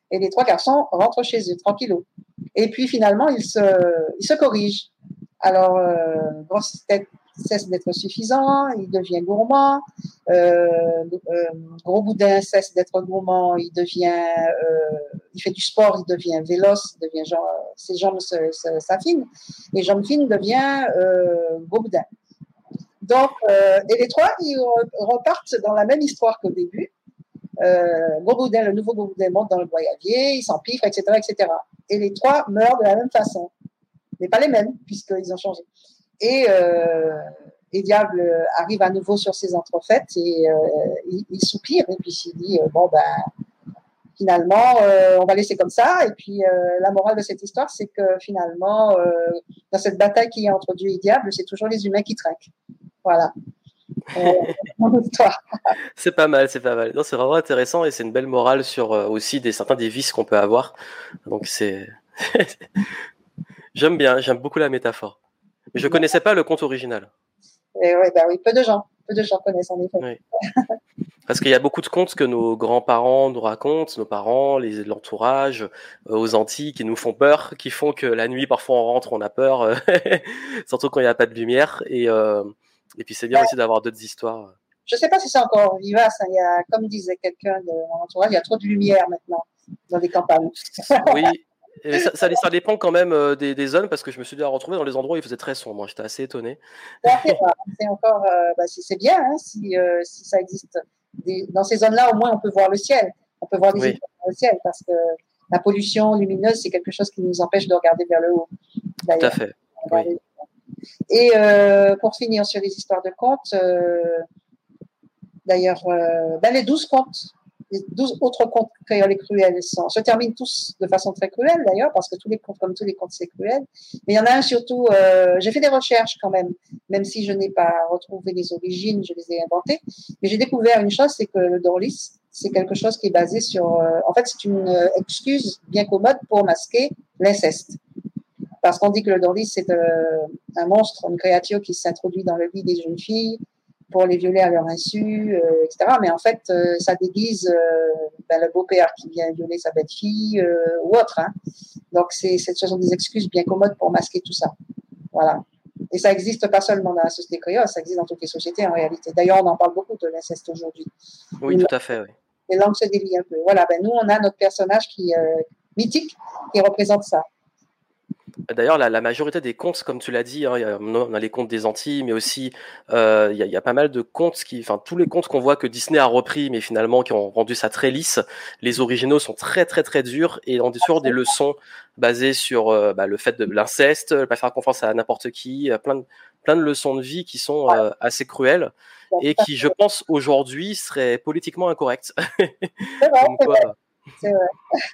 Et les trois garçons rentrent chez eux, tranquillos. Et puis finalement, ils se, ils se corrigent. Alors, euh, grosse tête cesse d'être suffisant, il devient gourmand. Euh, euh, Gros boudin cesse d'être gourmand, il devient, euh, il fait du sport, il devient véloce, il devient genre, ses jambes s'affinent. Et jambes fines devient euh, gros boudin. Donc, euh, et les trois, ils repartent dans la même histoire qu'au début. Euh, Gros boudin, le nouveau Gros boudin monte dans le boyavier, il s'empiffre, et cetera, et cetera. Et les trois meurent de la même façon, mais pas les mêmes puisqu'ils ont changé. Et, euh, et Diable arrive à nouveau sur ses entrefaites et euh, il, il soupire et puis il dit euh, bon ben finalement euh, on va laisser comme ça. Et puis euh, la morale de cette histoire, c'est que finalement euh, dans cette bataille qui est entre Dieu et Diable, c'est toujours les humains qui trinquent. Voilà. Euh, mon histoire. C'est pas mal, c'est pas mal. Non, c'est vraiment intéressant et c'est une belle morale sur euh, aussi des certains des vices qu'on peut avoir. Donc c'est j'aime bien, j'aime beaucoup la métaphore. Mais je connaissais pas le conte original. Et ouais, bah oui, peu de gens, peu de gens connaissent en effet. Oui. Parce qu'il y a beaucoup de contes que nos grands-parents nous racontent, nos parents, les, l'entourage, euh, aux Antilles, qui nous font peur, qui font que la nuit, parfois on rentre, on a peur, euh, surtout quand il n'y a pas de lumière. Et, euh, et puis c'est bien ouais. aussi d'avoir d'autres histoires. Je sais pas si c'est encore vivace. Hein. Il y a, comme disait quelqu'un de mon entourage, il y a trop de lumière maintenant dans les campagnes. Oui. Et ça, ça, ça dépend quand même euh, des, des zones parce que je me suis déjà retrouvé dans les endroits où il faisait très sombre. Moi, j'étais assez étonné. C'est encore, euh, bah, c'est bien hein, si, euh, si ça existe. Des, dans ces zones-là, au moins, on peut voir le ciel. On peut voir des oui. étoiles dans le ciel parce que la pollution lumineuse, c'est quelque chose qui nous empêche de regarder vers le haut. Tout à fait. Oui. Et euh, pour finir sur les histoires de contes, euh, d'ailleurs, euh, ben les douze contes. Les douze autres contes créoles et cruels sont, se terminent tous de façon très cruelle d'ailleurs, parce que tous les contes, comme tous les contes, c'est cruel. Mais il y en a un surtout, euh, j'ai fait des recherches quand même, même si je n'ai pas retrouvé les origines, je les ai inventées. Mais j'ai découvert une chose, c'est que le Dorlis, c'est quelque chose qui est basé sur, euh, en fait, c'est une excuse bien commode pour masquer l'inceste. Parce qu'on dit que le Dorlis, c'est euh, un monstre, une créature qui s'introduit dans le lit des jeunes filles, pour les violer à leur insu, euh, et cetera. Mais en fait, euh, ça déguise euh, ben, le beau-père qui vient violer sa belle-fille euh, ou autre. Hein. Donc, c'est, ce sont des excuses bien commodes pour masquer tout ça. Voilà. Et ça existe pas seulement dans la société créole, ça existe dans toutes les sociétés en réalité. D'ailleurs, on en parle beaucoup de l'inceste aujourd'hui. Oui, tout à fait. Oui. Les langues se délient un peu. Voilà, ben, nous, on a notre personnage qui euh, mythique qui représente ça. D'ailleurs, la, la majorité des contes, comme tu l'as dit, hein, y a, on a les contes des Antilles, mais aussi euh, il y, a, y a pas mal de contes qui, enfin tous les contes qu'on voit que Disney a repris, mais finalement qui ont rendu ça très lisse. Les originaux sont très très très durs et ont toujours des leçons basées sur euh, bah, le fait de l'inceste, pas faire confiance à n'importe qui, plein de plein de leçons de vie qui sont euh, assez cruelles et qui, je pense, aujourd'hui seraient politiquement incorrectes. C'est vrai, c'est vrai. C'est vrai.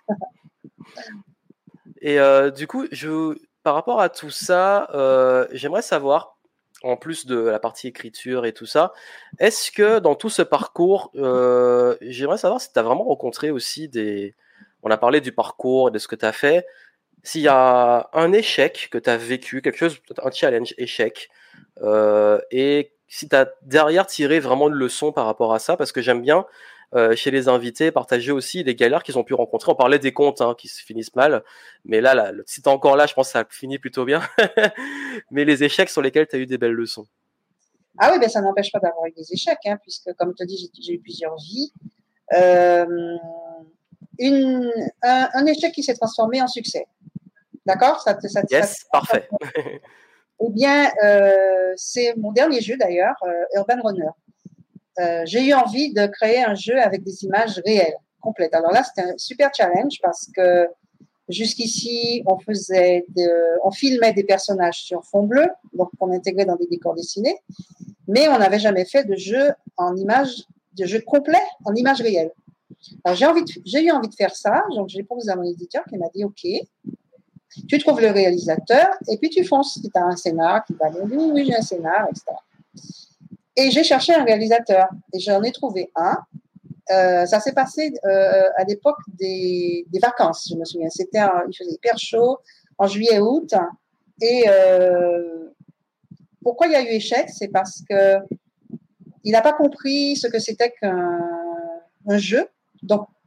Et euh, du coup, je, par rapport à tout ça, euh, j'aimerais savoir, en plus de la partie écriture et tout ça, est-ce que dans tout ce parcours, euh, j'aimerais savoir si tu as vraiment rencontré aussi des... On a parlé du parcours et de ce que tu as fait. S'il y a un échec que tu as vécu, quelque chose, un challenge, échec, euh, et si tu as derrière tiré vraiment une leçon par rapport à ça, parce que j'aime bien Euh, chez les invités, partager aussi les galères qu'ils ont pu rencontrer. On parlait des contes hein, qui se finissent mal, mais là, là si t'es encore là, je pense que ça finit plutôt bien. Mais les échecs sur lesquels tu as eu des belles leçons. Ah oui, ben ça n'empêche pas d'avoir eu des échecs, hein, puisque comme je te dis, j'ai, j'ai eu plusieurs vies. Euh, une, un, un échec qui s'est transformé en succès. D'accord ça, ça, Yes, ça, parfait. Eh bien, euh, c'est mon dernier jeu d'ailleurs, euh, Urban Runner. Euh, j'ai eu envie de créer un jeu avec des images réelles, complètes. Alors là, c'était un super challenge parce que jusqu'ici, on faisait, de, on filmait des personnages sur fond bleu, donc on intégrait dans des décors dessinés, mais on n'avait jamais fait de jeu en images, de jeu complet en images réelles. Alors j'ai envie, de, j'ai eu envie de faire ça, donc j'ai proposé à mon éditeur qui m'a dit OK. Tu trouves le réalisateur et puis tu fonces. Si tu as un scénar qui va dire oui, oui, j'ai un scénar, et cetera. Et j'ai cherché un réalisateur et j'en ai trouvé un. Euh, ça s'est passé euh, à l'époque des, des vacances, je me souviens. C'était un, il faisait hyper chaud en juillet-août. Et euh, pourquoi il y a eu échec? C'est parce que il n'a pas compris ce que c'était qu'un un jeu. Donc,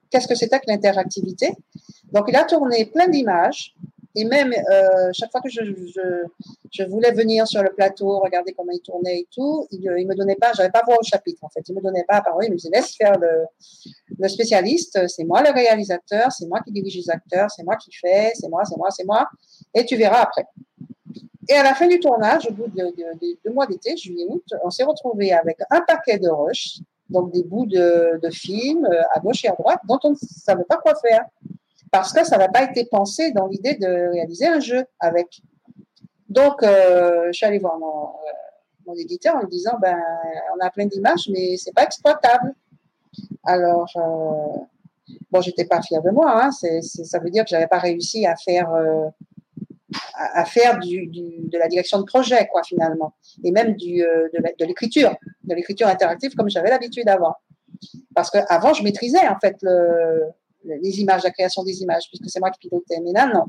qu'est-ce que c'était que l'interactivité. Donc, il a tourné plein d'images. Et même, euh, chaque fois que je, je, je voulais venir sur le plateau, regarder comment il tournait et tout, il, il me donnait pas, j'avais pas voix au chapitre, en fait. Il me donnait pas la parole, il me disait, laisse faire le, le spécialiste, c'est moi le réalisateur, c'est moi qui dirige les acteurs, c'est moi qui fais, c'est moi, c'est moi, c'est moi, et tu verras après. Et à la fin du tournage, au bout de, de, de deux mois d'été, juillet, août, on s'est retrouvé avec un paquet de rushs, donc des bouts de, de films à gauche et à droite, dont on ne savait pas quoi faire. Parce que ça n'a pas été pensé dans l'idée de réaliser un jeu avec. Donc, euh, je suis allée voir mon, euh, mon éditeur en lui disant, ben, on a plein d'images, mais c'est pas exploitable. Alors, euh, bon, j'étais pas fière de moi, hein, c'est, c'est, ça veut dire que j'avais pas réussi à faire, euh, à, à faire du, du, de la direction de projet, quoi, finalement, et même du, euh, de, la, de l'écriture, de l'écriture interactive comme j'avais l'habitude avant. Parce que avant, je maîtrisais en fait le les images, la création des images, puisque c'est moi qui pilotais. Mais là, non.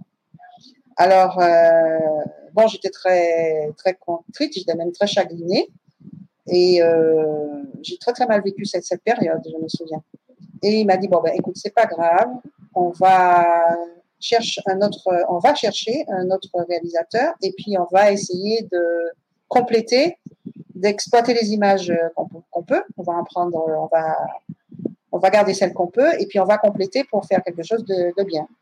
Alors, euh, bon, j'étais très, très contrite, j'étais même très chagrinée. Et euh, j'ai très, très mal vécu cette, cette période, je me souviens. Et il m'a dit, bon, ben, écoute, c'est pas grave, on va, cherche un autre, on va chercher un autre réalisateur et puis on va essayer de compléter, d'exploiter les images qu'on, qu'on peut. On va en prendre, on va... On va garder celle qu'on peut et puis on va compléter pour faire quelque chose de, de bien.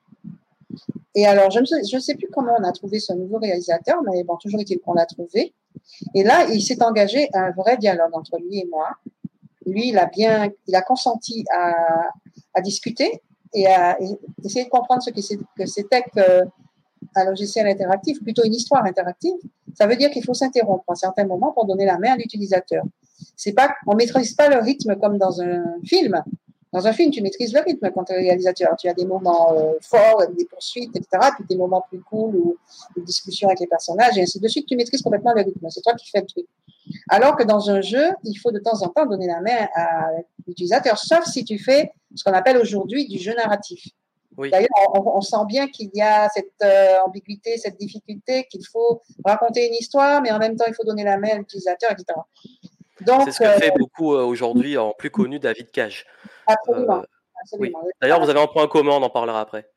Et alors, je ne sais plus comment on a trouvé ce nouveau réalisateur, mais bon, toujours est-il qu'on l'a trouvé. Et là, il s'est engagé à un vrai dialogue entre lui et moi. Lui, il a bien, il a consenti à, à discuter et à et essayer de comprendre ce que, c'est, que c'était qu'un logiciel interactif, plutôt une histoire interactive. Ça veut dire qu'il faut s'interrompre à un certain moment pour donner la main à l'utilisateur. C'est pas, on maîtrise pas le rythme comme dans un film. Dans un film, tu maîtrises le rythme quand tu es réalisateur. Tu as des moments euh, forts, des poursuites, et cetera. Puis des moments plus cool ou des discussions avec les personnages et ainsi de suite. Tu maîtrises complètement le rythme. C'est toi qui fais le truc. Alors que dans un jeu, il faut de temps en temps donner la main à l'utilisateur, sauf si tu fais ce qu'on appelle aujourd'hui du jeu narratif. Oui. D'ailleurs, on, on sent bien qu'il y a cette euh, ambiguïté, cette difficulté, qu'il faut raconter une histoire, mais en même temps, il faut donner la main à l'utilisateur, et cetera. Donc, c'est ce que euh, fait beaucoup euh, aujourd'hui en plus connu David Cage. Absolument. Euh, absolument. Oui. D'ailleurs, vous avez un point commun, on en parlera après.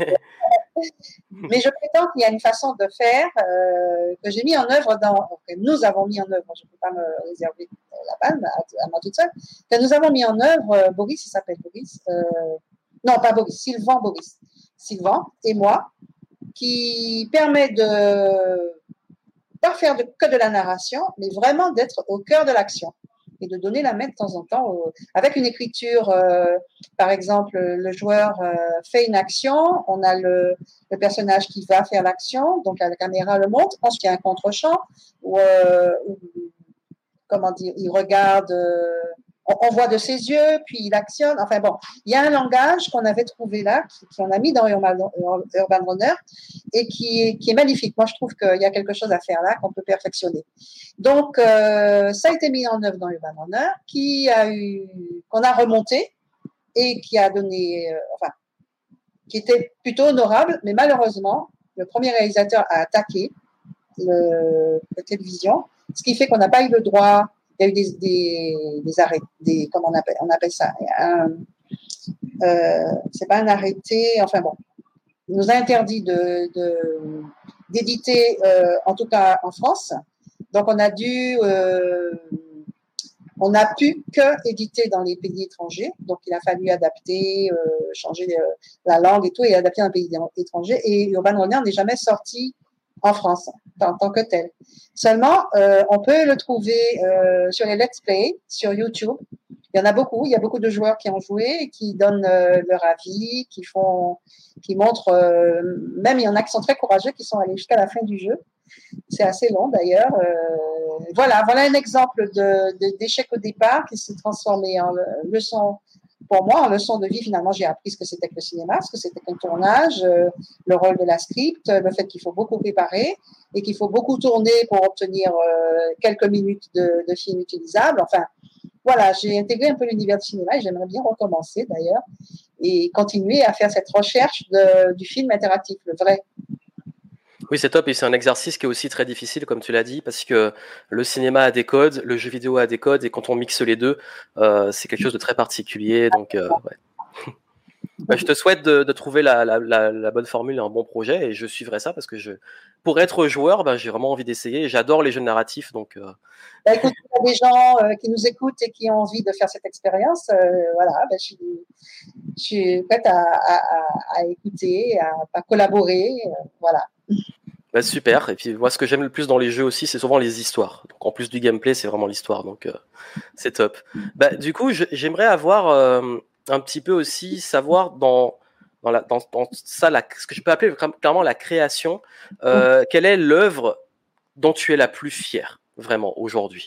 Mais je prétends qu'il y a une façon de faire euh, que j'ai mis en œuvre dans, que nous avons mis en œuvre, je ne peux pas me réserver la palme à, à moi toute seule, que nous avons mis en œuvre, euh, Boris, il s'appelle Boris, euh, non pas Boris, Sylvain Boris, Sylvain et moi, qui permet de pas faire de, que de la narration, mais vraiment d'être au cœur de l'action et de donner la main de temps en temps au, avec une écriture. Euh, par exemple, le joueur euh, fait une action, on a le, le personnage qui va faire l'action, donc la caméra le montre. Ensuite, il y a un contre-champ où, euh, où comment dire, il regarde, euh, on, on voit de ses yeux, puis il actionne. Enfin bon, il y a un langage qu'on avait trouvé là, qui, qu'on a mis dans Urban, Urban Runner et qui est, qui est magnifique. Moi, je trouve qu'il y a quelque chose à faire là qu'on peut perfectionner. Donc, euh, ça a été mis en œuvre dans Urban Runner, qui a eu, qu'on a remonté et qui a donné, euh, enfin, qui était plutôt honorable, mais malheureusement, le premier réalisateur a attaqué le, la télévision, ce qui fait qu'on n'a pas eu le droit. Il y a eu des, des, des arrêts, des, comment on appelle, on appelle ça, un, euh, c'est pas un arrêté, enfin bon, il nous a interdit de, de d'éditer, euh, en tout cas en France. Donc on a dû, euh, on n'a pu que éditer dans les pays étrangers. Donc il a fallu adapter, euh, changer la langue et tout, et adapter dans les pays étrangers. Et Urban Runner n'est jamais sorti en France en tant que tel. Seulement, euh, on peut le trouver euh, sur les Let's Play, sur YouTube. Il y en a beaucoup. Il y a beaucoup de joueurs qui ont joué et qui donnent euh, leur avis, qui font, qui montrent. Euh, même il y en a qui sont très courageux, qui sont allés jusqu'à la fin du jeu. C'est assez long d'ailleurs. Euh, voilà, voilà un exemple de, de, d'échec au départ qui s'est transformé en leçon. Pour moi, en leçon de vie, finalement, j'ai appris ce que c'était que le cinéma, ce que c'était qu'un tournage, euh, le rôle de la script, le fait qu'il faut beaucoup préparer et qu'il faut beaucoup tourner pour obtenir euh, quelques minutes de, de film utilisable. Enfin, voilà, j'ai intégré un peu l'univers du cinéma et j'aimerais bien recommencer d'ailleurs et continuer à faire cette recherche de, du film interactif, le vrai. Oui, c'est top et c'est un exercice qui est aussi très difficile, comme tu l'as dit, parce que le cinéma a des codes, le jeu vidéo a des codes et quand on mixe les deux, euh, c'est quelque chose de très particulier. Donc, euh, ouais. Bah, je te souhaite de, de trouver la, la, la, la bonne formule et un bon projet, et je suivrai ça parce que je, pour être joueur, bah, j'ai vraiment envie d'essayer. Et j'adore les jeux narratifs, donc. Euh... Bah, écoute, il y a des gens euh, qui nous écoutent et qui ont envie de faire cette expérience. Euh, voilà, bah, je, suis, je suis prête à, à, à, à écouter, à, à collaborer. Euh, voilà. Bah, super. Et puis moi, ce que j'aime le plus dans les jeux aussi, c'est souvent les histoires. Donc en plus du gameplay, c'est vraiment l'histoire. Donc euh, c'est top. Bah, du coup, je, j'aimerais avoir euh, un petit peu aussi savoir dans dans, la, dans, dans ça, la, ce que je peux appeler clairement la création. Euh, quelle est l'œuvre dont tu es la plus fière, vraiment, aujourd'hui?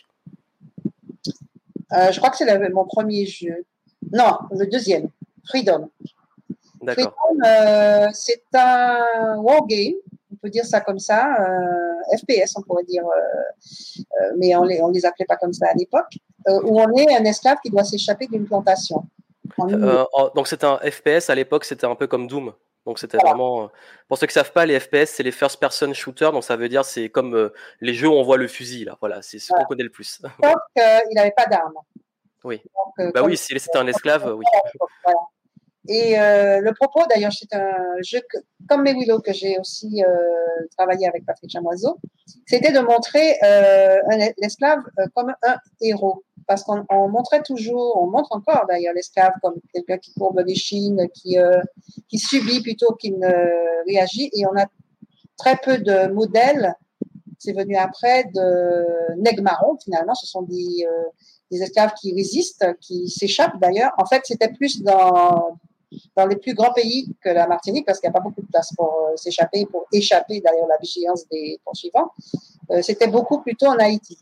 Euh, je crois que c'est le, mon premier jeu. Non, le deuxième, Freedom. D'accord. Freedom, euh, c'est un wargame, on peut dire ça comme ça, euh, F P S, on pourrait dire, euh, euh, mais on les, on les appelait pas comme ça à l'époque, euh, où on est un esclave qui doit s'échapper d'une plantation. Euh, donc c'était un F P S à l'époque, c'était un peu comme Doom. Donc c'était voilà. vraiment. Pour ceux qui savent pas, les F P S c'est les first person shooter, donc ça veut dire c'est comme euh, les jeux où on voit le fusil là. Voilà, c'est ce voilà. qu'on connaît le plus. Sauf qu'il n'avait pas d'armes. Oui. Donc, euh, bah comme... oui, si c'était un esclave, oui. Voilà. Et euh, le propos, d'ailleurs, c'est un jeu que, comme mes Willow, que j'ai aussi euh, travaillé avec Patrick Chamoiseau, c'était de montrer euh, l'esclave euh, comme un héros. Parce qu'on on montrait toujours, on montre encore d'ailleurs l'esclave comme quelqu'un qui courbe l'échine, qui, euh, qui subit plutôt qu'il ne réagit. Et on a très peu de modèles, c'est venu après, de nègres marrons, finalement. Ce sont des, euh, des esclaves qui résistent, qui s'échappent d'ailleurs. En fait, c'était plus dans dans les plus grands pays que la Martinique, parce qu'il n'y a pas beaucoup de place pour euh, s'échapper, pour échapper d'ailleurs la vigilance des poursuivants. Euh, c'était beaucoup plutôt en Haïti.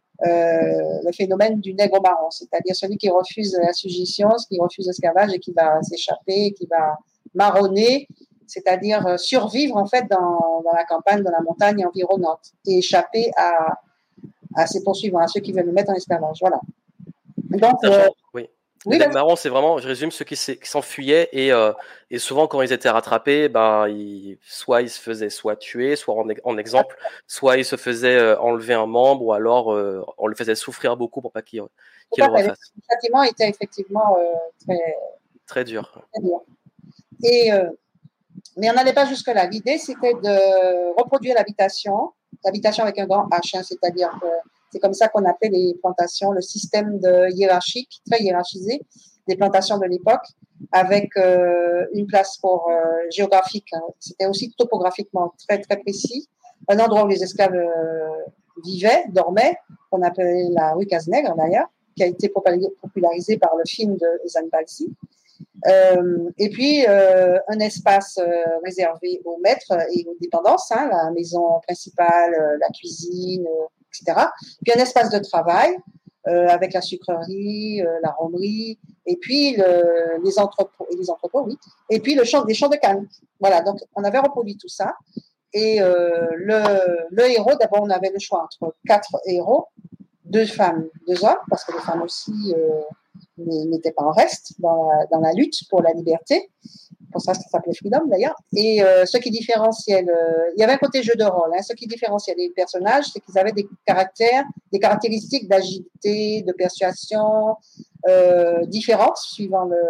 Euh, le phénomène du nègre marron, c'est-à-dire celui qui refuse la suggestion, qui refuse l'esclavage et qui va s'échapper, qui va marronner, c'est-à-dire survivre en fait dans, dans la campagne, dans la montagne environnante et échapper à, à ses poursuivants, à ceux qui veulent le mettre en esclavage. Voilà. Donc, euh, oui. Les oui, nègres marrons, c'est vraiment, je résume, ceux qui s'enfuyaient et, euh, et souvent quand ils étaient rattrapés, ben, ils, soit ils se faisaient soit tuer, soit en, en exemple, soit ils se faisaient euh, enlever un membre ou alors euh, on le faisait souffrir beaucoup pour pas qu'il qu le refasse. Le châtiment était effectivement euh, très, très dur. Très dur. Et, euh, mais on n'allait pas jusque-là. L'idée, c'était de reproduire l'habitation, l'habitation avec un grand H, hein, c'est-à-dire que c'est comme ça qu'on appelait les plantations, le système de hiérarchique, très hiérarchisé, des plantations de l'époque, avec euh, une place pour euh, géographique. Hein. C'était aussi topographiquement très très précis. Un endroit où les esclaves euh, vivaient, dormaient, qu'on appelait la rue Cazenègre d'ailleurs, qui a été popularisé par le film de Zane Balsi. Euh, et puis euh, un espace euh, réservé aux maîtres et aux dépendances, hein, la maison principale, euh, la cuisine, euh, et cetera. Puis un espace de travail euh, avec la sucrerie, euh, la romerie, et puis le, les entrepôts, et les entrepôts, oui. Et puis le champ, des champs de canne. Voilà, donc on avait reproduit tout ça. Et euh, le, le héros, d'abord on avait le choix entre quatre héros, deux femmes, deux hommes, parce que les femmes aussi euh, n'étaient pas en reste dans la, dans la lutte pour la liberté. Pour ça, ça s'appelait Freedom d'ailleurs. Et euh, ce qui différenciait, le... il y avait un côté jeu de rôle. Hein. Ce qui différenciait les personnages, c'est qu'ils avaient des caractères, des caractéristiques d'agilité, de persuasion euh, différentes suivant le,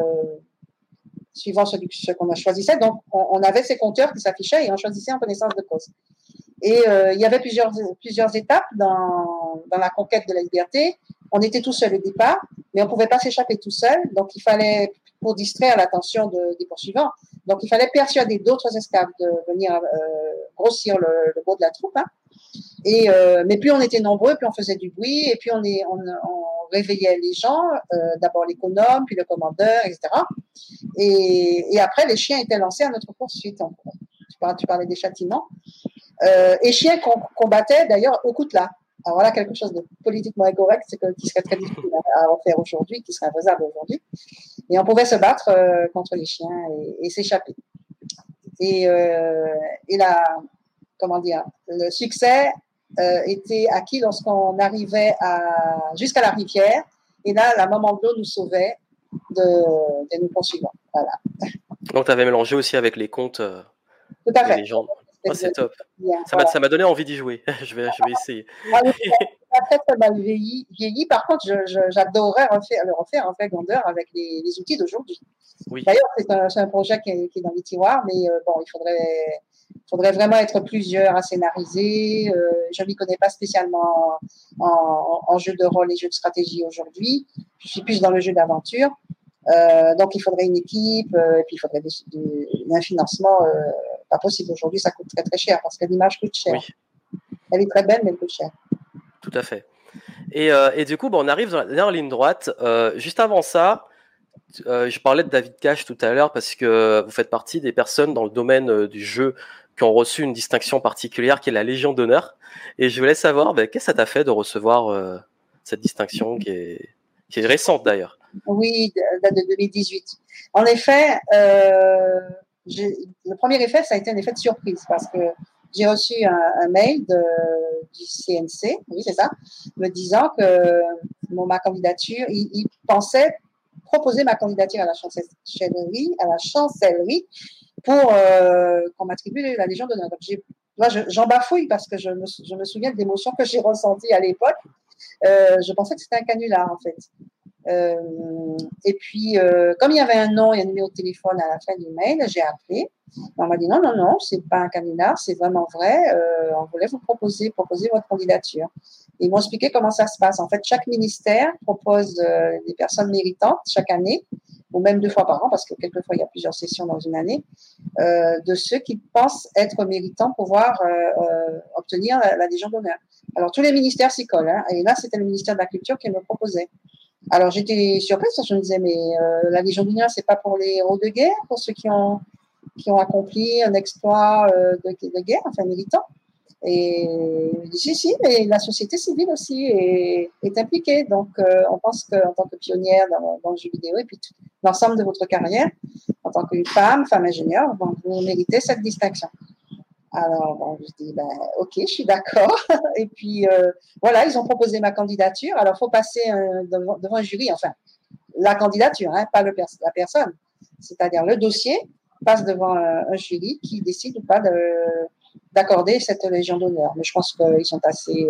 suivant ce, ce qu'on a choisissait. Donc, on, on avait ces compteurs qui s'affichaient et on choisissait en connaissance de cause. Et euh, il y avait plusieurs, plusieurs étapes dans, dans la conquête de la liberté. On était tout seul au départ, mais on ne pouvait pas s'échapper tout seul. Donc, il fallait, pour distraire l'attention de, des poursuivants, donc il fallait persuader d'autres esclaves de venir euh, grossir le, le beau de la troupe. Hein. Et, euh, mais plus on était nombreux, plus on faisait du bruit, et puis on, est, on, on réveillait les gens, euh, d'abord l'économe, puis le commandeur, et cetera. Et, et après, les chiens étaient lancés à notre poursuite. Tu parlais, tu parlais des châtiments. Euh, et chiens qu'on combattait d'ailleurs au coutelas. Alors voilà quelque chose de politiquement incorrect, c'est que, qui serait très difficile à, à refaire aujourd'hui, qui serait infaisable aujourd'hui. Et on pouvait se battre euh, contre les chiens et, et s'échapper. Et, euh, et la, comment dire, le succès euh, était acquis lorsqu'on arrivait à, jusqu'à la rivière. Et là, la maman de l'eau nous sauvait de, de nos poursuivants. Voilà. Donc, tu avais mélangé aussi avec les contes. Euh, Tout à fait. Légendes. Oh, c'est de... top. Bien, Ça voilà. m'a, ça m'a donné envie d'y jouer. je vais, je vais essayer. Ah oui, ça a très très mal vieilli. vieilli. Par contre, je, je, j'adorerais refaire, le refaire en fait grandeur avec les, les outils d'aujourd'hui. Oui. D'ailleurs, c'est un, c'est un projet qui est, qui est dans les tiroirs, mais euh, bon, il faudrait, faudrait vraiment être plusieurs à scénariser. Euh, je ne m'y connais pas spécialement en, en, en jeu de rôle et jeu de stratégie aujourd'hui. Je suis plus dans le jeu d'aventure. Euh, donc, il faudrait une équipe, euh, et puis il faudrait des, des, un financement euh, pas possible. Aujourd'hui, ça coûte très très cher parce que l'image coûte cher. Oui. Elle est très belle, mais elle coûte cher. Tout à fait. Et, euh, et du coup, bon, on arrive dans la dernière ligne droite. Euh, juste avant ça, euh, je parlais de David Cage tout à l'heure parce que vous faites partie des personnes dans le domaine euh, du jeu qui ont reçu une distinction particulière qui est la Légion d'honneur. Et je voulais savoir, ben, qu'est-ce que ça t'a fait de recevoir euh, cette distinction qui est, qui est récente d'ailleurs. Oui, date de deux mille dix-huit. En effet, euh, j'ai, le premier effet, ça a été un effet de surprise parce que j'ai reçu un, un mail de, du C N C, oui c'est ça, me disant que bon, ma candidature, il, il pensait proposer ma candidature à la chancellerie, à la chancellerie pour euh, qu'on m'attribue la Légion d'honneur. Donc j'ai, moi, je, j'en bafouille parce que je me, je me souviens de l'émotion que j'ai ressentie à l'époque. Euh, je pensais que c'était un canular en fait. Euh, et puis, euh, comme il y avait un nom et un numéro de téléphone à la fin du mail, j'ai appelé. On m'a dit non, non, non, c'est pas un canular, c'est vraiment vrai. Euh, on voulait vous proposer, proposer votre candidature. Et ils m'ont expliqué comment ça se passe. En fait, chaque ministère propose euh, des personnes méritantes chaque année, ou même deux fois par an, parce que quelquefois il y a plusieurs sessions dans une année, euh, de ceux qui pensent être méritants pour pouvoir euh, euh, obtenir la, la Légion d'honneur. Alors tous les ministères s'y collent, hein, et là c'était le ministère de la Culture qui me proposait. Alors j'étais surprise parce que je me disais mais euh, la Légion d'honneur c'est pas pour les héros de guerre, pour ceux qui ont qui ont accompli un exploit euh, de, de guerre, enfin militant. Et je dis si si, mais la société civile aussi est, est impliquée. Donc euh, on pense qu'en tant que pionnière dans, dans le jeu vidéo et puis tout, l'ensemble de votre carrière en tant que femme, femme ingénieure, bon, vous méritez cette distinction. Alors, bon, je dis, ben, ok, je suis d'accord. Et puis, euh, voilà, ils ont proposé ma candidature. Alors, il faut passer un, devant, devant un jury, enfin, la candidature, hein, pas le pers- la personne. C'est-à-dire, le dossier passe devant un, un jury qui décide ou pas de, d'accorder cette Légion d'honneur. Mais je pense qu'ils sont assez,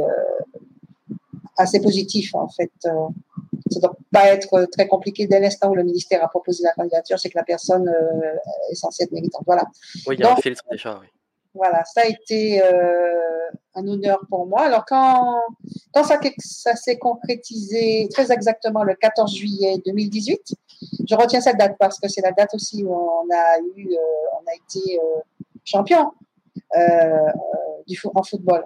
euh, assez positifs, en fait. Euh, ça ne doit pas être très compliqué dès l'instant où le ministère a proposé la candidature, c'est que la personne euh, est censée être méritante. Voilà. Oui, il y a Donc, un filtre déjà, oui. Voilà, ça a été euh, un honneur pour moi. Alors, quand, quand ça, ça s'est concrétisé très exactement le quatorze juillet deux mille dix-huit, je retiens cette date parce que c'est la date aussi où on a eu, euh, on a été euh, champion euh, euh, du fo- en football.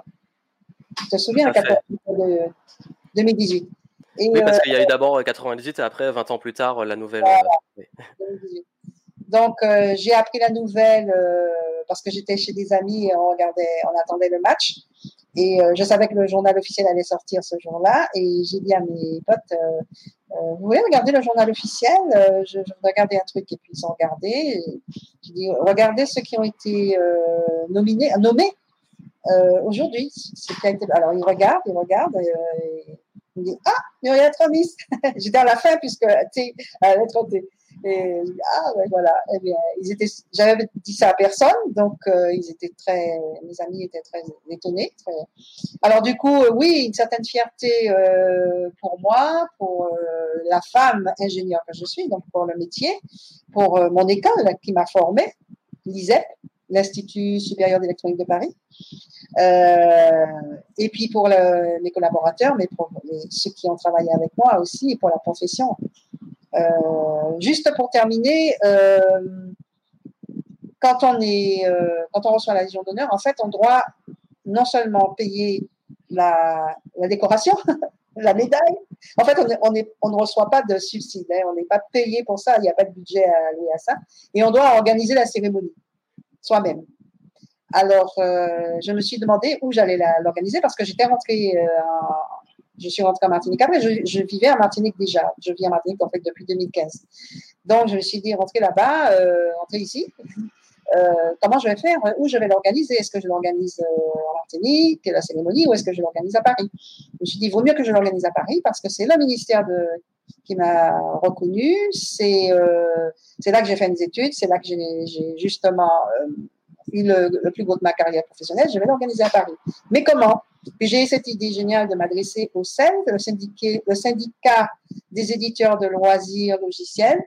Tu te souviens, le quatorze juillet deux mille dix-huit. Et, oui, parce euh, qu'il y a eu d'abord quatre-vingt-dix-huit et après, vingt ans plus tard, la nouvelle. voilà, Euh, oui. deux mille dix-huit. Donc, euh, j'ai appris la nouvelle euh, parce que j'étais chez des amis et on regardait, on attendait le match. Et euh, je savais que le journal officiel allait sortir ce jour-là. Et j'ai dit à mes potes, euh, euh, vous voulez regarder le journal officiel? euh, je, je voudrais regarder un truc. Et puis, ils ont regardé. J'ai dit, regardez ceux qui ont été euh, nominés, nommés euh, aujourd'hui. Alors, ils regardent, ils regardent. Et, euh, ils me disent, ah, Muriel Tramis. J'étais à la fin puisque, tu sais, à la lettre T. Et ah ben voilà, eh bien, ils étaient, j'avais dit ça à personne, donc euh, ils étaient très, mes amis étaient très étonnés. Très... Alors du coup, euh, oui, une certaine fierté euh, pour moi, pour euh, la femme ingénieure que je suis, donc pour le métier, pour euh, mon école qui m'a formée, l'I S E P, l'Institut supérieur d'électronique de Paris, euh, et puis pour le, mes collaborateurs, mais pour les, ceux qui ont travaillé avec moi aussi, et pour la profession. Euh, juste pour terminer, euh, quand on est, euh, quand on reçoit la Légion d'honneur, en fait, on doit non seulement payer la, la décoration, la médaille. En fait, on, est, on, est, on ne reçoit pas de subside, hein, on n'est pas payé pour ça, il n'y a pas de budget à allouer à ça, et on doit organiser la cérémonie soi-même. Alors, euh, je me suis demandé où j'allais l'organiser parce que j'étais rentrée euh, en, je suis rentrée en Martinique. Après, je, je vivais en Martinique déjà. Je vis en Martinique, en fait, depuis deux mille quinze. Donc, je me suis dit, rentrer là-bas, euh, rentrer ici, euh, comment je vais faire? Où je vais l'organiser? Est-ce que je l'organise euh, en Martinique, la cérémonie, ou est-ce que je l'organise à Paris? Je me suis dit, il vaut mieux que je l'organise à Paris parce que c'est le ministère de, qui m'a reconnue. C'est euh, c'est là que j'ai fait mes études. C'est là que j'ai justement euh, le, le plus gros de ma carrière professionnelle, je vais l'organiser à Paris. Mais comment? Puis j'ai eu cette idée géniale de m'adresser au C E L, le syndicat, le syndicat des éditeurs de loisirs logiciels,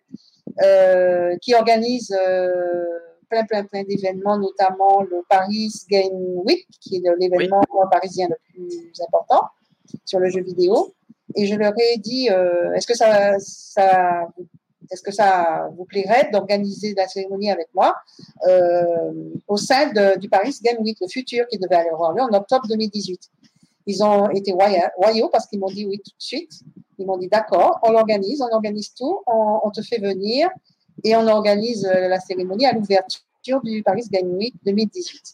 euh, qui organise euh, plein, plein, plein d'événements, notamment le Paris Game Week, qui est l'événement oui. parisien le plus important sur le jeu vidéo. Et je leur ai dit, euh, est-ce que ça, ça, est-ce que ça vous plairait d'organiser la cérémonie avec moi euh, au sein de, du Paris Game Week, le futur qui devait avoir lieu en octobre deux mille dix-huit. Ils ont été royaux parce qu'ils m'ont dit oui tout de suite. Ils m'ont dit d'accord, on l'organise, on organise tout, on, on te fait venir et on organise la cérémonie à l'ouverture du Paris Game Week deux mille dix-huit.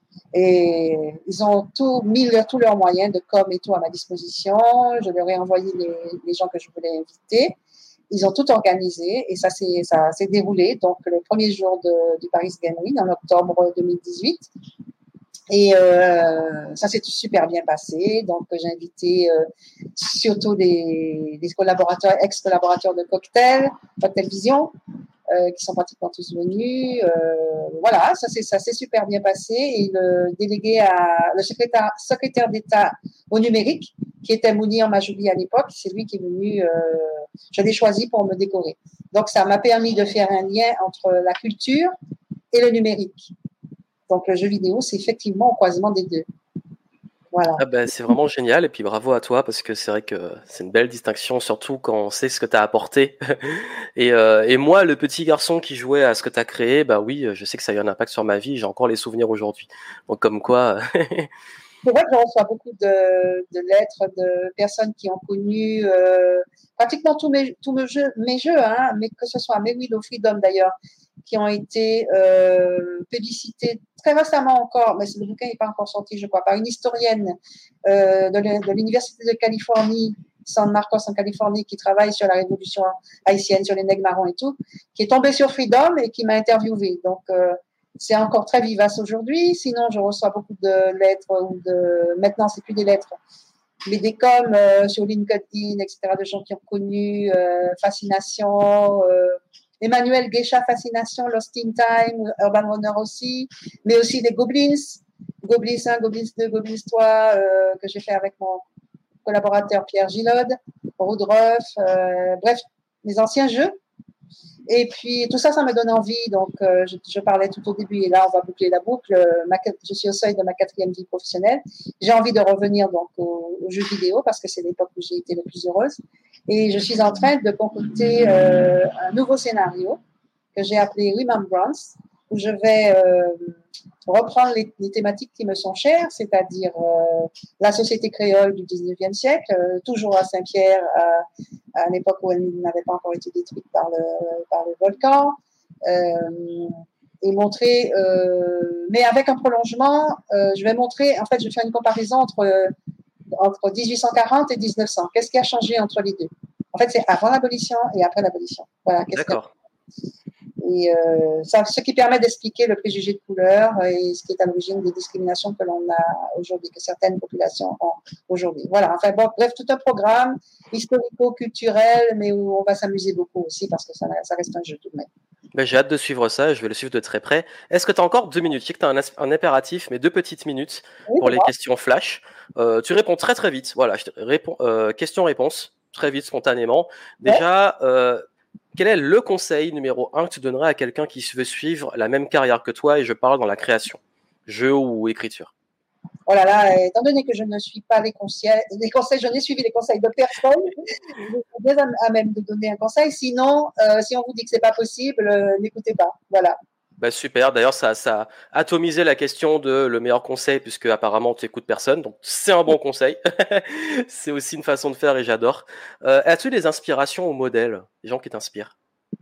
Et ils ont tout mis leur, tous leurs moyens de com et tout à ma disposition. Je leur ai envoyé les, les gens que je voulais inviter. Ils ont tout organisé et ça s'est, ça s'est déroulé. Donc, le premier jour de, du Paris Game Week en octobre deux mille dix-huit. Et euh, ça s'est super bien passé. Donc, j'ai invité euh, surtout des, des collaborateurs, ex-collaborateurs de Cocktail, Cocktail Vision, euh, qui sont pratiquement tous venus. Euh, voilà, ça s'est, ça s'est super bien passé. Et le délégué à, le secrétaire, secrétaire d'État au numérique, qui était Mounir Majoubi à l'époque, c'est lui qui est venu, euh, je l'ai choisi pour me décorer. Donc, ça m'a permis de faire un lien entre la culture et le numérique. Donc, le jeu vidéo, c'est effectivement au croisement des deux. Voilà. Ah ben, c'est vraiment génial et puis bravo à toi parce que c'est vrai que c'est une belle distinction, surtout quand on sait ce que tu as apporté. et, euh, et moi, le petit garçon qui jouait à ce que tu as créé, bah oui, je sais que ça a eu un impact sur ma vie, j'ai encore les souvenirs aujourd'hui. Donc comme quoi... C'est vrai que je reçois beaucoup de, de lettres de personnes qui ont connu euh, pratiquement tous mes, tous mes jeux, mes jeux hein, mais que ce soit mes Wheel of Freedom d'ailleurs, qui ont été euh, publicités très récemment encore, mais le bouquin n'est pas encore sorti, je crois, par une historienne euh, de l'Université de Californie, San Marcos en Californie, qui travaille sur la révolution haïtienne, sur les nègres marrons et tout, qui est tombée sur Freedom et qui m'a interviewée. Donc, euh, c'est encore très vivace aujourd'hui. Sinon, je reçois beaucoup de lettres ou de, maintenant, c'est plus des lettres, mais des coms euh, sur LinkedIn, et cetera, de gens qui ont connu euh, Fascination, euh, Emmanuel Guécha, Fascination, Lost in Time, Urban Runner aussi, mais aussi des Goblins, Goblins un, Goblins deux, Goblins trois, euh, que j'ai fait avec mon collaborateur Pierre Gillode, Woodruff, euh, bref, mes anciens jeux. Et puis, tout ça, ça me donne envie. Donc, euh, je, je parlais tout au début, et là, on va boucler la boucle. Ma, je suis au seuil de ma quatrième vie professionnelle. J'ai envie de revenir donc aux, aux jeux vidéo parce que c'est l'époque où j'ai été le plus heureuse. Et je suis en train de concocter euh, un nouveau scénario que j'ai appelé Remembrance, où je vais euh, reprendre les, les thématiques qui me sont chères, c'est-à-dire euh, la société créole du dix-neuvième siècle, euh, toujours à Saint-Pierre, à, à l'époque où elle n'avait pas encore été détruite par le, par le volcan, euh, et montrer, euh, mais avec un prolongement, euh, je vais montrer, en fait, je vais faire une comparaison entre, entre dix-huit cent quarante et dix-neuf cents. Qu'est-ce qui a changé entre les deux? En fait, c'est avant l'abolition et après l'abolition. Voilà. D'accord. Et euh, ça, ce qui permet d'expliquer le préjugé de couleur et ce qui est à l'origine des discriminations que l'on a aujourd'hui, que certaines populations ont aujourd'hui. Voilà, enfin bon, bref, tout un programme historico-culturel, mais où on va s'amuser beaucoup aussi parce que ça, ça reste un jeu tout de même. Ben, j'ai hâte de suivre ça et je vais le suivre de très près. Est-ce que tu as encore deux minutes? Je sais que tu as un, un impératif, mais deux petites minutes oui, pour les moi. questions flash. Euh, tu réponds très très vite. Voilà, je te réponds, euh, question-réponse, très vite, spontanément. Déjà, ouais. euh, quel est le conseil numéro un que tu donnerais à quelqu'un qui veut suivre la même carrière que toi, et je parle dans la création, jeu ou écriture? Oh là là, étant donné que je ne suis pas les conseils, les conseils, je n'ai suivi les conseils de personne, je suis bien à même de donner un conseil. Sinon, euh, si on vous dit que c'est pas possible, euh, n'écoutez pas. Voilà. Bah super, d'ailleurs ça, ça a atomisé la question de le meilleur conseil puisque apparemment tu écoutes personne, donc c'est un bon conseil. C'est aussi une façon de faire et j'adore. Euh, as-tu des inspirations ou modèles, des gens qui t'inspirent?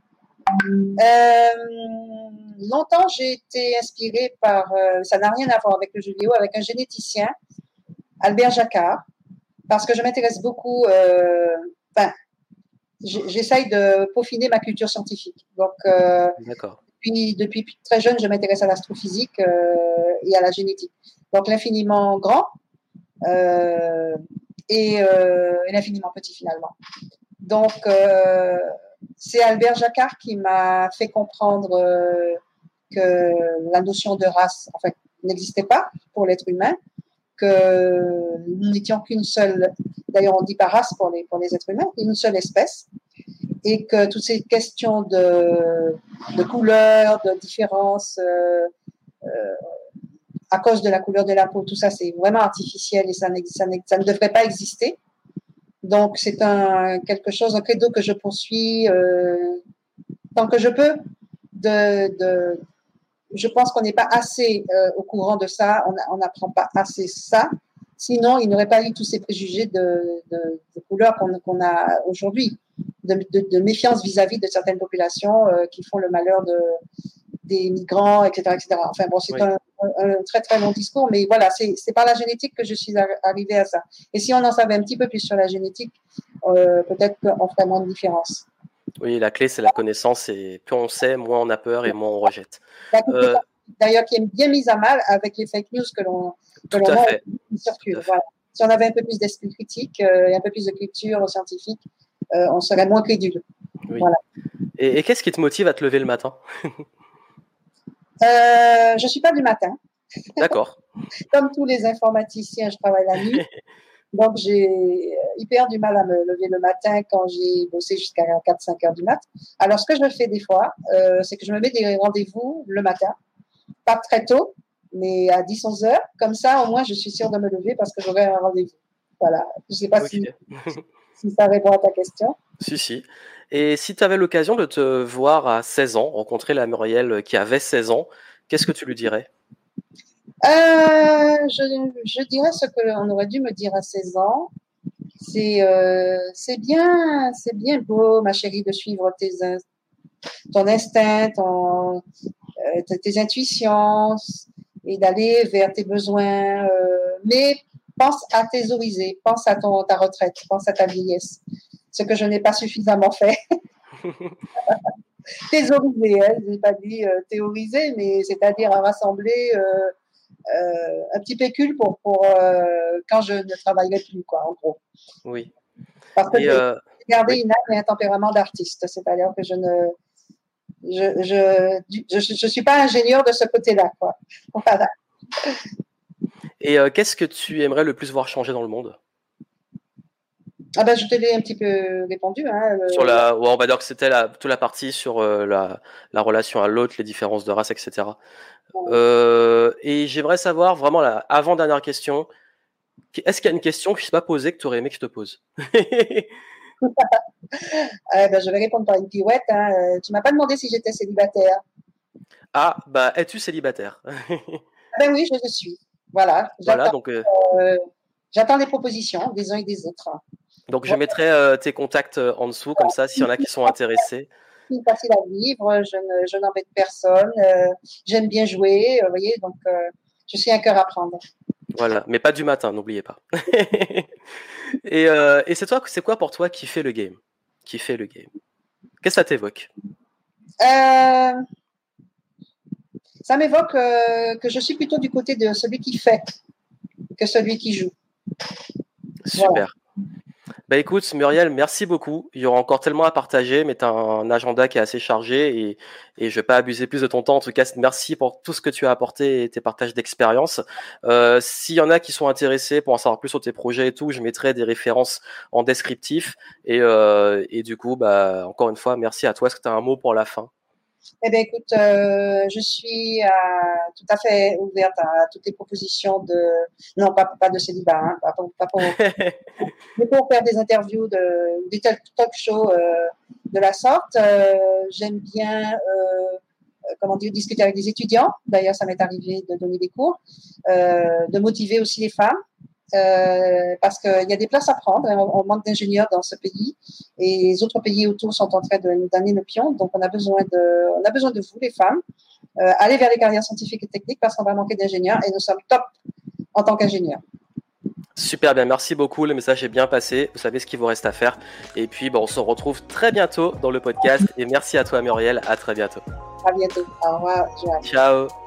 euh, Longtemps j'ai été inspirée par, euh, ça n'a rien à voir avec le jeu vidéo, avec un généticien, Albert Jacquard, parce que je m'intéresse beaucoup, enfin, euh, j'essaye de peaufiner ma culture scientifique. Donc, euh, D'accord. Depuis, depuis très jeune, je m'intéresse à l'astrophysique euh, et à la génétique. Donc, l'infiniment grand euh, et, euh, et l'infiniment petit, finalement. Donc, euh, c'est Albert Jacquard qui m'a fait comprendre euh, que la notion de race, en fait, n'existait pas pour l'être humain, que nous n'étions qu'une seule, d'ailleurs on dit pas race pour les, pour les êtres humains, une seule espèce, et que toutes ces questions de, de couleur, de différence, euh, euh, à cause de la couleur de la peau, tout ça c'est vraiment artificiel et ça, ça, ça ne devrait pas exister. Donc c'est un quelque chose, un credo que je poursuis euh, tant que je peux. De, de, je pense qu'on n'est pas assez euh, au courant de ça, on n'apprend pas assez ça. Sinon, il n'y aurait pas eu tous ces préjugés de, de, de couleur qu'on qu'on a aujourd'hui, de, de, de méfiance vis-à-vis de certaines populations euh, qui font le malheur de, des migrants, et cetera, et cetera. Enfin bon, c'est oui. un, un, un très très long discours, mais voilà, c'est c'est par la génétique que je suis arrivée à ça. Et si on en savait un petit peu plus sur la génétique, euh, peut-être qu'on ferait moins de différence. Oui, la clé, c'est la connaissance, et plus on sait, moins on a peur et moins on rejette. Euh, D'ailleurs, qui est bien mise à mal avec les fake news que l'on circule. Voilà. Si on avait un peu plus d'esprit critique euh, et un peu plus de culture scientifique, euh, on serait moins crédule. Oui. Voilà. Et, et qu'est-ce qui te motive à te lever le matin? euh, Je ne suis pas du matin. D'accord. Comme tous les informaticiens, je travaille la nuit. Donc, j'ai hyper du mal à me lever le matin quand j'ai bossé jusqu'à quatre cinq heures du mat. Alors, ce que je fais des fois, euh, c'est que je me mets des rendez-vous le matin, pas très tôt, mais à dix onze heures. Comme ça, au moins, je suis sûre de me lever parce que j'aurai un rendez-vous. Voilà. Je ne sais pas okay. si, si ça répond à ta question. Si, si. Et si tu avais l'occasion de te voir à seize ans, rencontrer la Muriel qui avait seize ans, qu'est-ce que tu lui dirais? Euh, je, je dirais ce qu'on aurait dû me dire à seize ans. C'est euh, c'est bien, c'est bien beau, ma chérie, de suivre tes, ton instinct, ton, euh, tes intuitions et d'aller vers tes besoins. Euh, mais pense à thésauriser, pense à ton, ta retraite, pense à ta vieillesse. Ce que je n'ai pas suffisamment fait. Thésauriser, hein, je n'ai pas dit euh, théoriser, mais c'est-à-dire à rassembler euh, euh, un petit pécule pour, pour euh, quand je ne travaillerai plus, quoi, en gros. Oui. Parce que et j'ai euh, gardé oui. une âme et un tempérament d'artiste, c'est-à-dire que je ne je, je, je, je suis pas ingénieur de ce côté-là, quoi. Voilà. Et euh, qu'est-ce que tu aimerais le plus voir changer dans le monde? Ah ben, je te l'ai un petit peu répondu. Hein, le... Sur la, ouais, on va dire que c'était la, toute la partie sur euh, la, la relation à l'autre, les différences de race, et cetera. Ouais. Euh, et j'aimerais savoir, vraiment, la avant-dernière question, est-ce qu'il y a une question que je ne t'ai pas posée que tu aurais aimé que je te pose? euh, ben, Je vais répondre par une pirouette. Hein. Euh, tu ne m'as pas demandé si j'étais célibataire. Ah, bah, es-tu célibataire? Ben oui, je le suis. Voilà. Voilà, donc... Euh... Euh, j'attends les propositions des uns et des autres. Donc, je mettrai euh, tes contacts en dessous, comme ça, s'il y en a qui sont intéressés. C'est facile à vivre, je, ne, je n'embête personne, euh, j'aime bien jouer, vous voyez, donc euh, je suis un cœur à prendre. Voilà, mais pas du matin, n'oubliez pas. et euh, et c'est, toi, c'est quoi pour toi qui fait le game? Qui fait le game? Qu'est-ce que ça t'évoque? euh, Ça m'évoque euh, que je suis plutôt du côté de celui qui fait que celui qui joue. Super. Voilà. Bah écoute, Muriel, merci beaucoup. Il y aura encore tellement à partager, mais tu as un agenda qui est assez chargé et, et je ne vais pas abuser plus de ton temps. En tout cas, merci pour tout ce que tu as apporté et tes partages d'expérience. Euh, s'il y en a qui sont intéressés pour en savoir plus sur tes projets et tout, je mettrai des références en descriptif. Et, euh, et du coup, bah, encore une fois, merci à toi. Est-ce que tu as un mot pour la fin? Eh bien, écoute, euh, je suis euh, tout à fait ouverte à toutes les propositions de, non, pas, pas de célibat, hein, pas, pour, pas pour, mais pour faire des interviews, de, des talk shows euh, de la sorte. Euh, j'aime bien, euh, comment dire, discuter avec des étudiants. D'ailleurs, ça m'est arrivé de donner des cours, euh, de motiver aussi les femmes. Euh, parce qu'il y a des places à prendre, on, on manque d'ingénieurs dans ce pays et les autres pays autour sont en train de nous donner le pion, donc on a besoin de, on a besoin de vous les femmes, euh, allez vers les carrières scientifiques et techniques parce qu'on va manquer d'ingénieurs et nous sommes top en tant qu'ingénieurs. Super bien, merci beaucoup, le message est bien passé, vous savez ce qu'il vous reste à faire et puis bon, on se retrouve très bientôt dans le podcast et merci à toi Muriel, à très bientôt. À bientôt, au revoir Joanne. Ciao.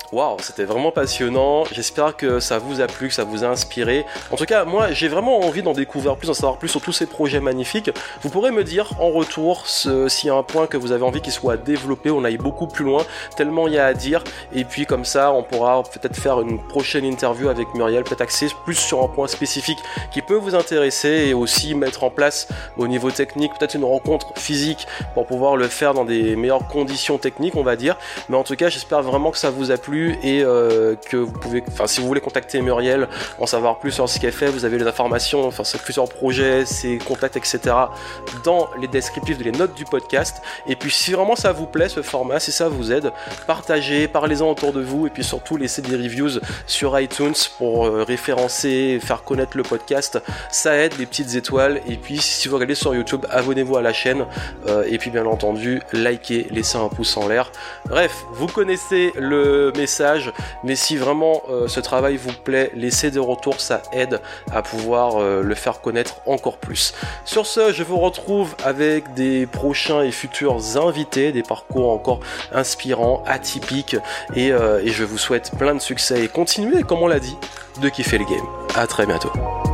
Waouh, c'était vraiment passionnant. J'espère que ça vous a plu, que ça vous a inspiré. En tout cas, moi, j'ai vraiment envie d'en découvrir plus, d'en savoir plus sur tous ces projets magnifiques. Vous pourrez me dire en retour ce, s'il y a un point que vous avez envie qu'il soit développé, on aille beaucoup plus loin, tellement il y a à dire. Et puis comme ça, on pourra peut-être faire une prochaine interview avec Muriel, peut-être axer plus sur un point spécifique qui peut vous intéresser et aussi mettre en place au niveau technique, peut-être une rencontre physique pour pouvoir le faire dans des meilleures conditions techniques, on va dire. Mais en tout cas, j'espère vraiment que ça vous a plu et euh, que vous pouvez, enfin si vous voulez contacter Muriel, en savoir plus sur ce qu'elle fait, vous avez les informations, enfin ses plusieurs projets, ses contacts, et cetera dans les descriptifs, les notes du podcast. Et puis si vraiment ça vous plaît ce format, si ça vous aide, partagez, parlez-en autour de vous et puis surtout laissez des reviews sur iTunes pour euh, référencer, faire connaître le podcast. Ça aide, les petites étoiles. Et puis si vous regardez sur YouTube, abonnez-vous à la chaîne euh, et puis bien entendu likez, laissez un pouce en l'air. Bref, vous connaissez le message, mais si vraiment euh, ce travail vous plaît, laissez des retours, ça aide à pouvoir euh, le faire connaître encore plus. Sur ce, je vous retrouve avec des prochains et futurs invités, des parcours encore inspirants, atypiques, et, euh, et je vous souhaite plein de succès et continuez, comme on l'a dit, de kiffer le game. À très bientôt.